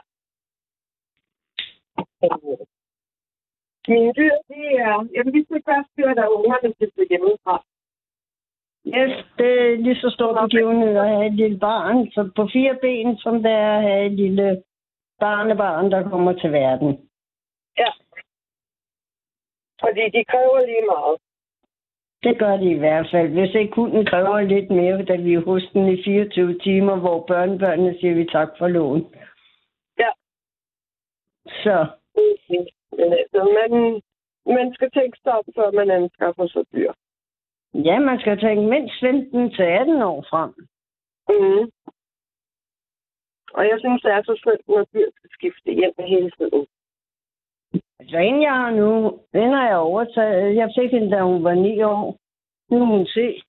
Mine dyr, det er... Jamen, vi skal først dyr, der er ungerne til at hjemmefra. Yes, det er lige så stor begivenhed at have et lille barn, så på fire ben, som det er at have et lille barnebarn, der kommer til verden. Ja. Fordi de kræver lige meget. Det gør de i hvert fald. Hvis ikke hunden kræver lidt mere, da vi er hos den i fireogtyve timer, hvor børnebørnene siger vi tak for lån. Ja. Så. Men altså, man, man skal tænke sig op, før man anskaffer sig dyr. Ja, man skal tænke mindst femten til atten år frem. Mm. Og jeg synes, det er så synd, når dyr skal skifte hjem hele tiden. Altså, en jeg har nu, den har jeg overtaget. Jeg fik hende, da hun var ni år. Nu må hun se.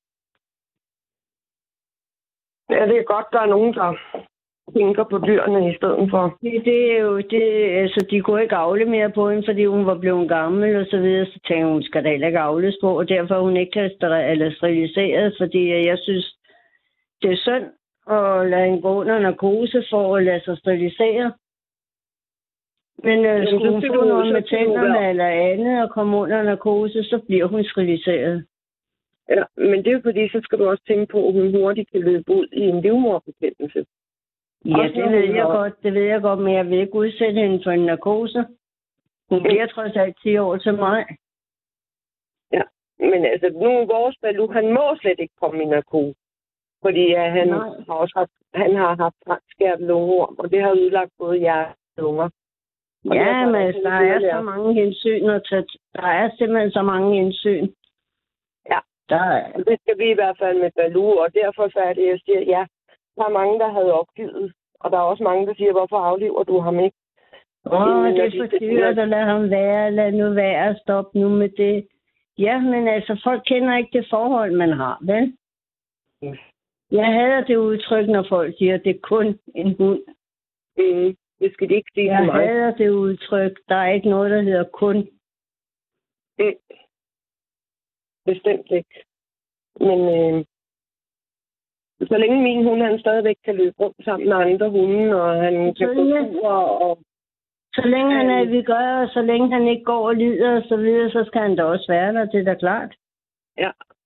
Ja, det er godt, der er nogen, der tænker på dyrene i stedet for. Det, det er jo det, altså, de kunne ikke avle mere på hende, fordi hun var blevet gammel og så videre. Så tænkte hun, hun skal da heller ikke avles på, og derfor er hun ikke kastreret eller steriliseret, fordi jeg synes, det er synd at lade hende gå under narkose for at lade sig sterilisere. Men øh, skulle hun få noget med tænderne eller andet og komme under narkose, så bliver hun steriliseret. Ja, men det er jo fordi, så skal du også tænke på, at hun hurtigt kan løbe ud i en livmorbetændelse. Ja, det ved jeg godt, det ved jeg godt, men jeg vil ikke udsætte hende for en narkose. Hun bliver trods alt ti år til mig. Ja, men altså, nu er vores Baloo, han må slet ikke komme i narkose. Fordi ja, han, har også haft, han har haft skært lungeorm, og det har ødelagt både hjerte og lunger. Og ja, men er der er så mange hensyn at tage. Der er simpelthen så mange hensyn. Ja, der er... det skal vi i hvert fald med Baloo, og derfor så er det, jeg siger, ja, der er mange, der havde opgivet. Og der er også mange, der siger, hvorfor aflever du ham ikke? Åh, oh, det er for dyrt at lade ham være. Lad nu være. Stop nu med det. Ja, men altså, folk kender ikke det forhold, man har, vel? Mm. Jeg hader det udtryk, når folk siger, at det er kun en hund. Mm. Det skal de ikke sige Jeg til mig. Jeg hader det udtryk. Der er ikke noget, der hedder kun. Mm. Bestemt ikke. Men øh, så længe min hund, han stadigvæk kan løbe rundt sammen med andre hunde, og han kan gå tur, og så længe han er, vi gør, og så længe han ikke går og lider og så videre, så skal han da også være der, det er da klart. Ja,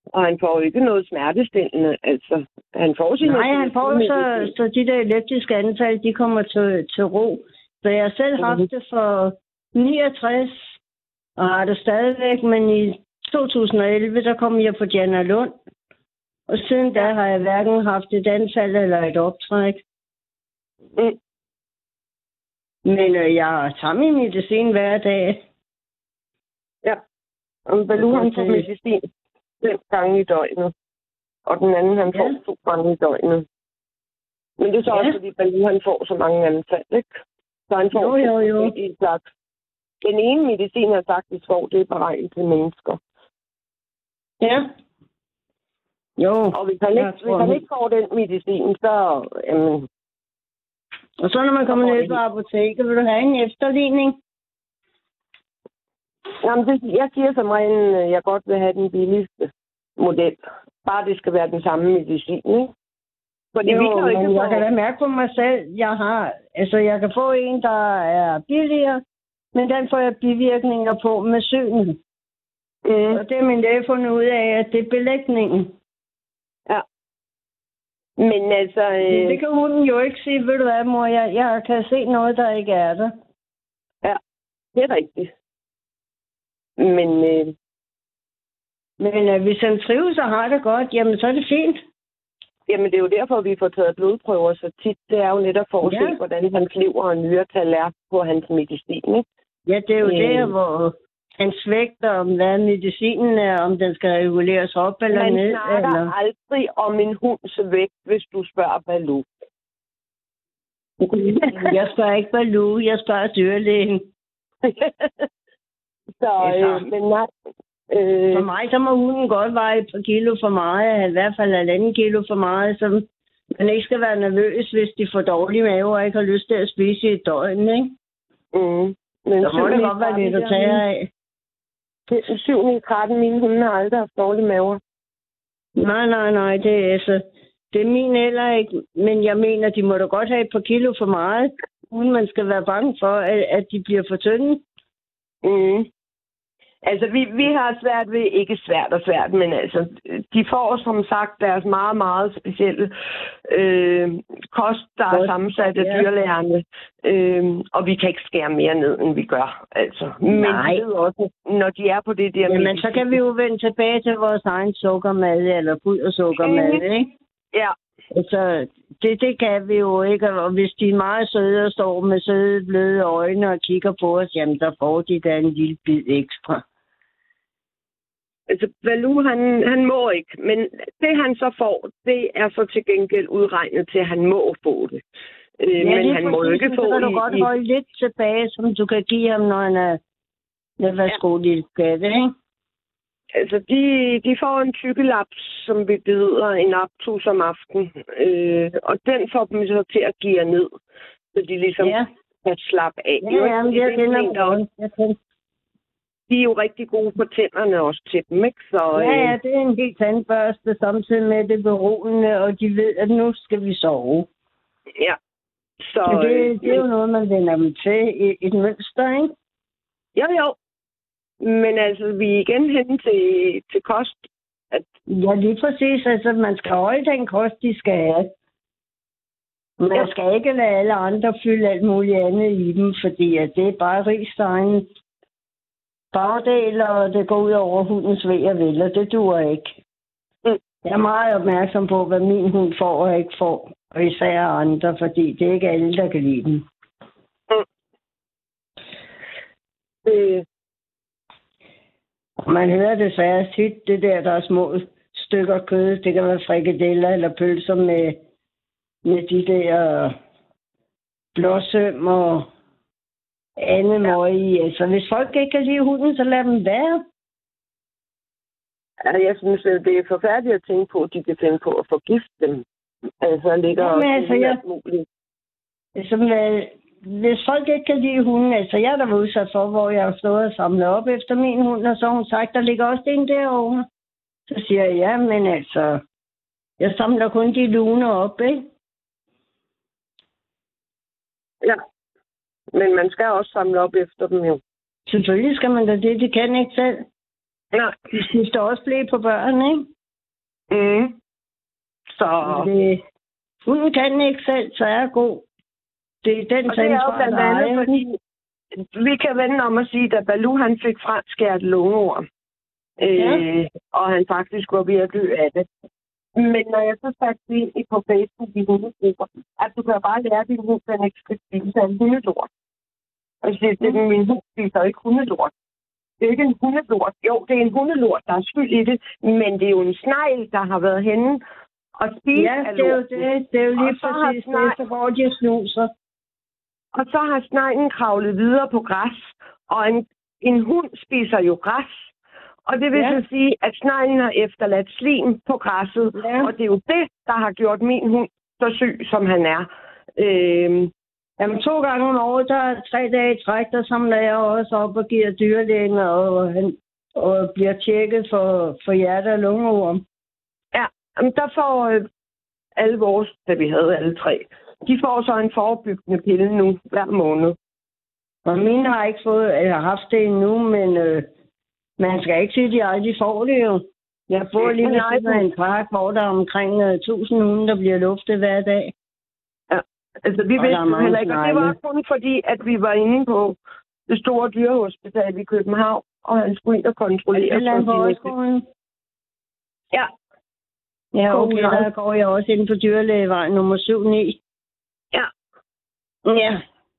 Og han får jo ikke noget smertestillende. Altså, han får sin... Nej, han får så, så de der elliptiske anfald, de kommer til, til ro. Så jeg har selv haft det for niogtres, og har det stadigvæk, men i to tusind og elleve, der kom jeg på Diana Lund. Og siden da har jeg hverken haft et anfald eller et optræk. Mm. Men øh, jeg tager min medicin hver dag. Ja, og Baloo han får medicin fem gange i døgnet. Og den anden, han får ja. to gange i døgnet. Men det er så ja. også, fordi Baloo han får så mange anfald, ikke? Så han får jo, jo, jo. Sagt. Den ene medicin, han faktisk får, det er beregnet til mennesker. Ja. Jo. Og hvis han, ikke, hvis han ikke får den medicin, så... Jamen, og så når man kommer ned på apoteket, vil du have en efterligning? Jamen, det, jeg siger som regel, at jeg godt vil have den billigste model. Bare det skal være den samme medicin, ikke? Fordi jo, vi kan jo ikke men få... jeg kan da mærke på mig selv, jeg har... Altså, jeg kan få en, der er billigere, men den får jeg bivirkninger på med sygen. Mm. Og det er min læge fundet ud af, at det er belægningen. Ja. Men altså... Øh... Det kan hunden jo ikke sige, ved du hvad, mor, jeg, jeg kan se noget, der ikke er der. Ja, det er rigtigt. Men, øh... Men øh, hvis han trives og har det godt, jamen så er det fint. Jamen det er jo derfor, vi får taget blodprøver så tit. Det er jo netop for at ja. se, hvordan hans lever og nyretal er på hans medicin, ikke? Ja, det er jo øh... der, hvor han svægter, om hvad medicinen er, om den skal reguleres op eller Man ned. Man snakker eller... aldrig om en hunds vægt, hvis du spørger Baloo. Jeg spørger ikke Baloo, jeg spørger dyrlægen. Så, øh, men nej. Øh... For mig, så må hunden godt veje et par kilo for meget, i hvert fald et andet kilo for meget, så man ikke skal være nervøs, hvis de får dårlig mave og ikke har lyst til at spise i et døgn, ikke? Mm. Men så må det godt være lidt at tage af. syv ni tretten, mine hunde har aldrig haft dårlige maver. Nej, nej, nej, det er altså... Det er min heller ikke, men jeg mener, de må da godt have et par kilo for meget, uden man skal være bange for, at, at de bliver for tynde. Mm. Altså, vi, vi har svært ved, ikke svært og svært, men altså, de får som sagt deres meget, meget specielle øh, kost, der er sammensat af dyrlægerne, øh, og vi kan ikke skære mere ned, end vi gør, altså. Men Nej. Vi ved også, når de er på det der... Jamen, så kan vi jo vende tilbage til vores egen sukkermad, eller pulversukkermad, mm. ikke? Ja. Altså, det, det kan vi jo ikke, og hvis de er meget søde og står med søde, bløde øjne og kigger på os, jamen, der får de da en lille bid ekstra. Altså, Baloo, han, han må ikke, men det han så får, det er så til gengæld udregnet til, at han må få det. Øh, ja, men han må jo ikke få... Så kan du i, godt i... holde lidt tilbage, som du kan give ham, når han er... Værsgo, ja. Lille skatte, ikke? Altså, de, de får en tykkelap, som vi bededer en aptus om aftenen, øh, og den får dem så til at give ned, så de ligesom ja. kan slappe af. Ja, ja, men jeg kender dem. Jeg kender. De er jo rigtig gode på tænderne også til dem, ikke? Så, ja, ja, det er en helt tandbørste, samtidig med det beroende, og de ved, at nu skal vi sove. Ja. Så, så det, det er jo noget, man vender dem til i et mønster, ikke? Jo, jo. Men altså, vi er igen hen til, til kost. At... Ja, lige præcis. Altså, man skal holde den kost, de skal have. Man ja. skal ikke lade alle andre fylde alt muligt andet i dem, fordi at det er bare rigst egen bagdel, og det går ud over hundens ved og vel, og det duer ikke. Mm. Jeg er meget opmærksom på, hvad min hund får og ikke får, og især andre, fordi det er ikke alle, der kan lide dem. Mm. Øh. Man hører desværre tit, det der, der er små stykker kød. Det kan være frikadeller eller pølser med, med de der blåsøm og andet møg i. Altså, hvis folk ikke kan lide hunden, så lad dem være. Altså, jeg synes, det er forfærdeligt at tænke på, at de kan finde på at forgifte dem. Altså, ligger Jamen, også altså, jeg, muligt. Altså, med, hvis folk ikke kan lide hunden, altså jeg der var udsat for, hvor jeg har stået og samlet op efter min hund, og så har hun sagt, der ligger også en derovre. Så siger jeg, ja, men altså, jeg samler kun de lune op, ikke? Ja, men man skal også samle op efter dem jo. Selvfølgelig skal man da det, de kan ikke selv. Nej. De skifter også blæ på børn, ikke? Mm. Så... Det, hunden kan den ikke selv, så er god. Det er den Og det er jo ansvar, blandt der andet, ejer fordi den. vi kan vende om at sige, at Baloo han fik franskært lungeorm. Øh, Ja. Og han faktisk var ved at dø af det. Men når jeg så satte det ind i på Facebook i hundegrupper, at du kan bare lære din hund, at den ikke skal spise af en hundelort. Og jeg siger, at min hund spiser ikke hundelort. Det er ikke en hundelort. Jo, det er en hundelort, der er skyld i det, men det er jo en snegl, der har været henne og spise Ja, af det er jo lorten. det. Det er jo lige Og så har præcis det, snegl- så går de og snuser. Og så har sneglen kravlet videre på græs, og en, en hund spiser jo græs. Og det vil Ja. så sige, at sneglen har efterladt slim på græsset, Ja. og det er jo det, der har gjort min hund så syg, som han er. Øhm, Jamen to gange om året, der er tre dage i træk, der samler jeg også op og giver dyrlægen og, han, og bliver tjekket for, for hjerte- og lungeorm. ja, jamen, der får øh, alle vores, da vi havde alle tre, de får så en forebyggende pille nu hver måned. Og mine har ikke fået, eller haft det endnu, men øh, man skal ikke sige, at de aldrig får det jo. Jeg bor lige ved Nej, siden af en park, hvor der er omkring uh, tusind hunde, der bliver luftet hver dag. Altså, vi Og vidste der er jo mange heller ikke, og det var snegle. kun fordi, at vi var inde på det store dyrehospital i København, og han skulle ind og kontrollere. Er det land på for sine- højskolen? Ja. Ja, okay, København. der går jeg også ind på dyrlægevej nummer syv ni. Ja. Ja,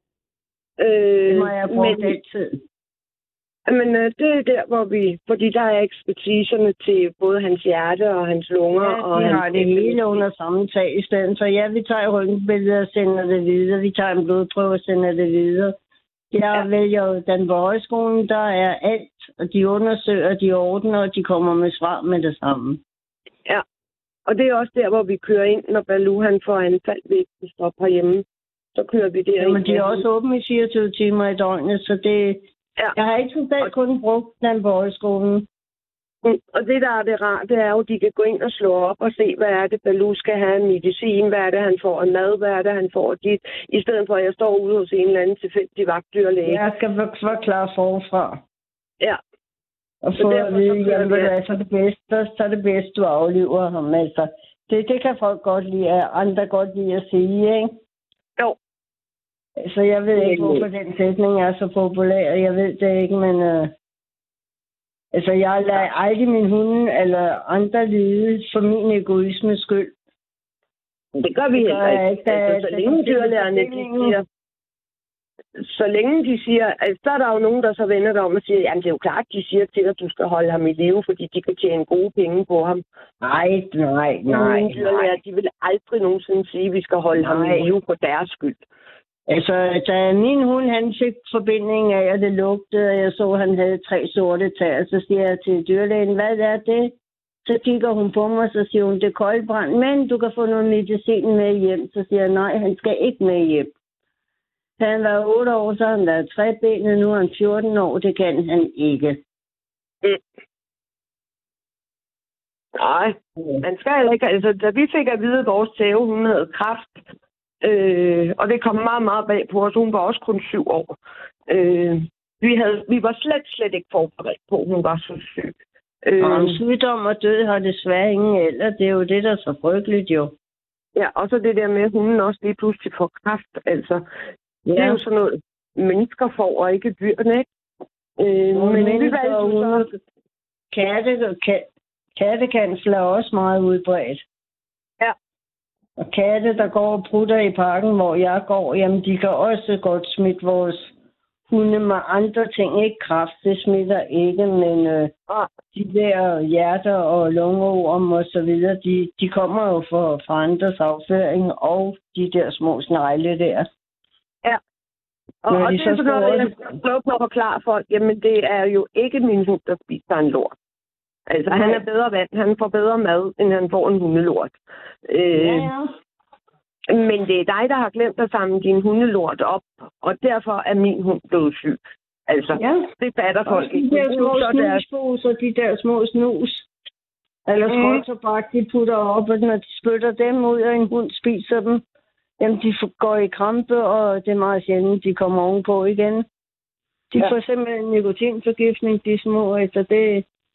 Øh, det må jeg bruge men, den tid. men øh, det er der, hvor vi... Fordi der er ekspertiserne til både hans hjerte og hans lunger. Ja, og de hans har det hele under samme tag i stedet. Så ja, vi tager røntgenbilleder og sender det videre. Vi tager en blodprøve og sender det videre. Jeg Ja. vælger jo den på højskolen, der er alt. Og de undersøger, de ordner, og de kommer med svar med det samme. Ja. Og det er også der, hvor vi kører ind, når Baloo han får anfald ved at stoppe herhjemme. Så kører vi derind. Men de er også åbne i fireogtyve timer i døgnet, så det... Ja. Jeg har ikke selv kun brugt den på højskolen. Mm, Og det, der er det rart, det er jo, at de kan gå ind og slå op og se, hvad er det, Baloo skal have af medicin, hvad er det, han får af mad, hvad er det, han får af dit, i stedet for, at jeg står ude hos en eller anden tilfældig vagtdyrlæge. Jeg skal være forklare forfra. Ja. Og Så få derfor at så vide, kører jamen, vi ved du af. hvad, så er det bedste, så er det bedste, du afliver ham. Altså, det, det kan folk godt lide, at andre godt lide at sige, ikke? Jo. Så jeg ved ikke, hvorfor den sætning er så populær. Jeg ved det ikke, men... Øh, altså, jeg lader aldrig min hunde eller andre lide for min egoismes skyld. Det gør vi Det gør heller jeg ikke. ikke. Der er- Altså, så der længe er dyrlægerne, de fordelingen. siger... Så længe de siger... Altså, så er der jo nogen, der så vender sig om og siger, jamen det er jo klart, de siger til dig, at du skal holde ham i live, fordi de kan tjene gode penge på ham. Nej, nej, nej, Nogle dyrlæger, nej. de vil aldrig nogensinde sige, at vi skal holde ham Nej. i live på deres skyld. Altså, da min hund, han fik forbinding af, at det lugtede, og jeg så, at han havde tre sorte tæer, så siger jeg til dyrlægen, hvad er det? Så kigger hun på mig, så siger hun, det er koldbrand, men du kan få noget medicin med hjem. Så siger jeg, nej, han skal ikke med hjem. Da han var otte år, så har han været trebenet, nu er han fjorten år, det kan han ikke. Mm. Nej, man skal heller ikke. Altså, da vi fik at vide, at vores tæve, hun havde kræft, øh, og det kom meget, meget bag på os. Hun var også kun syv år. Øh, vi, havde, vi var slet, slet ikke forberedt på, at hun var så syg. Øh, Og om sygdom og død har desværre ingen alder. Det er jo det, der er så frygteligt jo. ja, og så det der med, at hunden også lige pludselig får kræft. Altså, ja. Det er jo sådan noget, mennesker får, og ikke dyrene, ikke? Øh, Og men vi mennesker valgte og jo så... hunde, katte, ka- kattekansler er også meget udbredt. Ja. Og katte, der går og prutter i parken, hvor jeg går, jamen de kan også godt smitte vores hunde med andre ting. Ikke kræft, det smitter ikke, men øh, de der hjerter og lungeorm og så videre, de, de kommer jo fra, fra andres afføring og de der små snegle der. Ja. Og, Når og de det så er sådan noget, store- jeg skal prøve på at forklare folk. Jamen, det er jo ikke min hund, der spiser en lort. Altså, han er bedre vand. Han får bedre mad, end han får en hundelort. Øh, Ja, ja. Men det er dig, der har glemt at samle din hundelort op, og derfor er min hund blevet syg. Altså, Ja. det fatter folk De ikke. der Det er små jo så deres- snusposer, de der små snus. Eller Mm. skråtobak, de putter op, og når de spytter dem ud, og en hund spiser dem, jamen de får- går i krampe, og det er meget sjældent, de kommer ovenpå igen. De Ja. får simpelthen nikotinforgiftning, de små, altså det...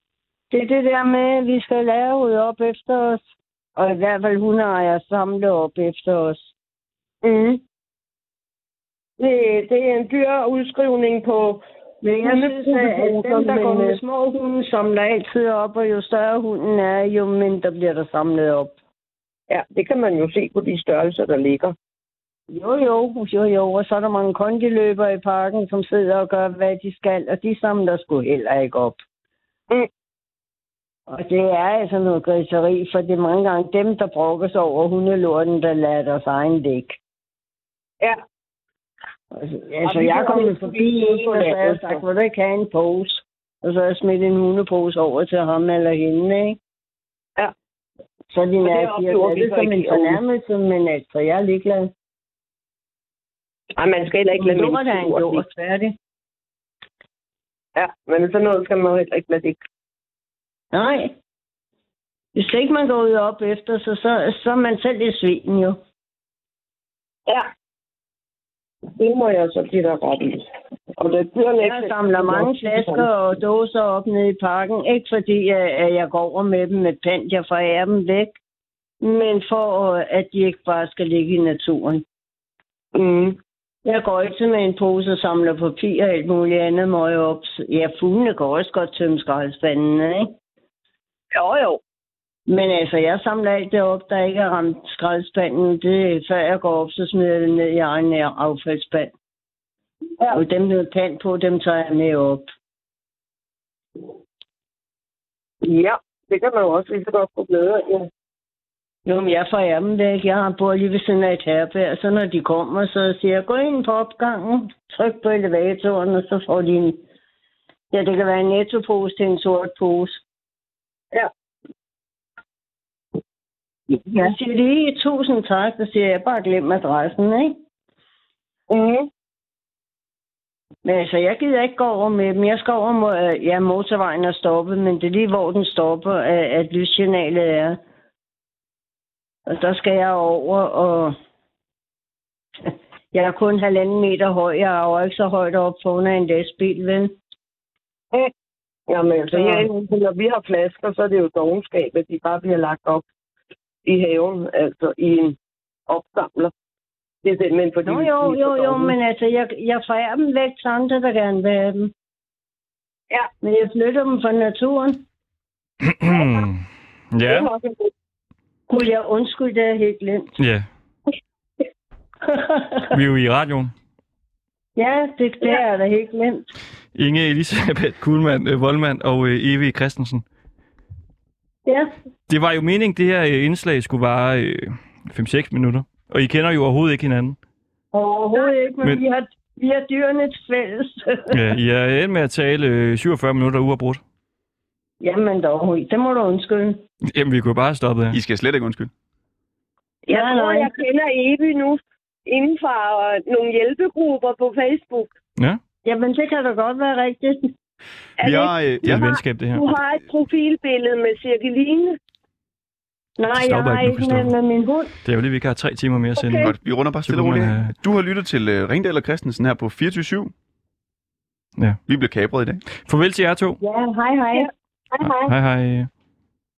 Det er det der med, at vi skal lære ud op efter os. Og i hvert fald hundeejer samle op efter os. Mm. Det, det er en dyr udskrivning på... Men jeg synes, at dem, der går med små hunde, samler altid op, og jo større hunden er, jo mindre bliver der samlet op. Ja, det kan man jo se på de størrelser, der ligger. Jo, jo, jo, jo. Og så er der mange kondiløbere i parken, som sidder og gør, hvad de skal, og de samler sgu heller ikke op. Mm. Og det er altså noget griseri, for det er mange gange dem, der brokker sig over hundelorten, der lader deres egen dæk. Ja. Altså, altså jeg er kommet forbi en, og så har jeg sagt, hvor du ikke have en pose. Og så har jeg smidt en hundepose over til ham eller hende, ikke? Ja. Så de nær siger, at det er som en fornærmelse, men altså, jeg er ligeglad. Ej, man skal heller ikke lade mennesker. Det er en jord, færdig. Ja, men sådan noget skal man jo heller ikke lade det. Nej. Hvis ikke man går ud op efter, så, så, så er man selv i svin jo. Ja. Det må jeg så give dig ret i. Og det bliver jeg samler mange flasker og dåser op nede i parken. Ikke fordi, at jeg går over med dem med pant, jeg forærer dem væk. Men for, at de ikke bare skal ligge i naturen. Mm. Jeg går ikke med en pose og samler papir og alt muligt andet møg op. Ja, fuglene går også godt tømme skraldespanden, ikke? Jo, jo. Men altså, jeg samler alt det op, der ikke er ramt skraldespanden. Det, før jeg går op, så smider jeg det ned i egen affaldsspand. Ja. Og dem, der er pant på, dem tager jeg med op. Ja, det kan man jo også lige så godt få glæde af. Jo, men jeg forærer dem væk. Jeg bor lige ved siden af et herberg, så når de kommer, så siger jeg, gå ind på opgangen, tryk på elevatoren, og så får de en... Ja, det kan være en nettopose til en sort pose. Ja. Jeg siger lige tusind tak, så siger jeg bare glem adressen, ikke? Mhm. Men altså, jeg gider ikke gå over med dem. Jeg skal over mod, ja, motorvejen er stoppet, men det er lige, hvor den stopper, at lyssignalet er. Og der skal jeg over, og jeg er kun halvanden meter høj. Jeg er jo ikke så højt op foran en lastbil, vel? Mm. Jamen, så herinde, når vi har flasker, så er det jo dogenskab, at de bare bliver lagt op i haven, altså i en opsamler. Det er simpelthen fordi... Nå, jo, jo, jo, men altså, jeg, jeg forærer dem væk til andre, der gerne vil have dem. Ja. Men jeg flytter dem fra naturen. Ja. Gud, jeg undskyld, det er helt glemt. Ja. Vi er jo i radioen. Ja, det, det er da helt glemt. Inge Elisabeth Kuhlmann, øh, Voldmann og øh, Evie Christensen. Ja. Det var jo meningen, det her øh, indslag skulle vare øh, fem seks minutter. Og I kender jo overhovedet ikke hinanden. Overhovedet ikke, men, men... Vi, har, vi har dyrene til fælles. Ja, I er endt med at tale øh, syvogfyrre minutter uafbrudt. Jamen dog, det må du undskylde. Jamen, vi kunne bare have stoppet her. I skal slet ikke undskylde. Jeg tror, jeg kender Evie nu inden for nogle hjælpegrupper på Facebook. Ja. Jamen, det kan da godt være rigtigt. Vi har, øh, det er ja. et venskab, det her. Du har et profilbillede med Cirkeline. Nej, jeg har ikke med, med min hund. Det er jo lige, vi kan have tre timer mere sende. Okay. Godt, vi runder bare stille og roligt. have... Du har lyttet til uh, Ringdal og Christensen her på fireogtyve syv. Ja. Vi blev kapret i dag. Farvel til jer to. Ja, hej hej. Ja. Hej hej. Hej hej.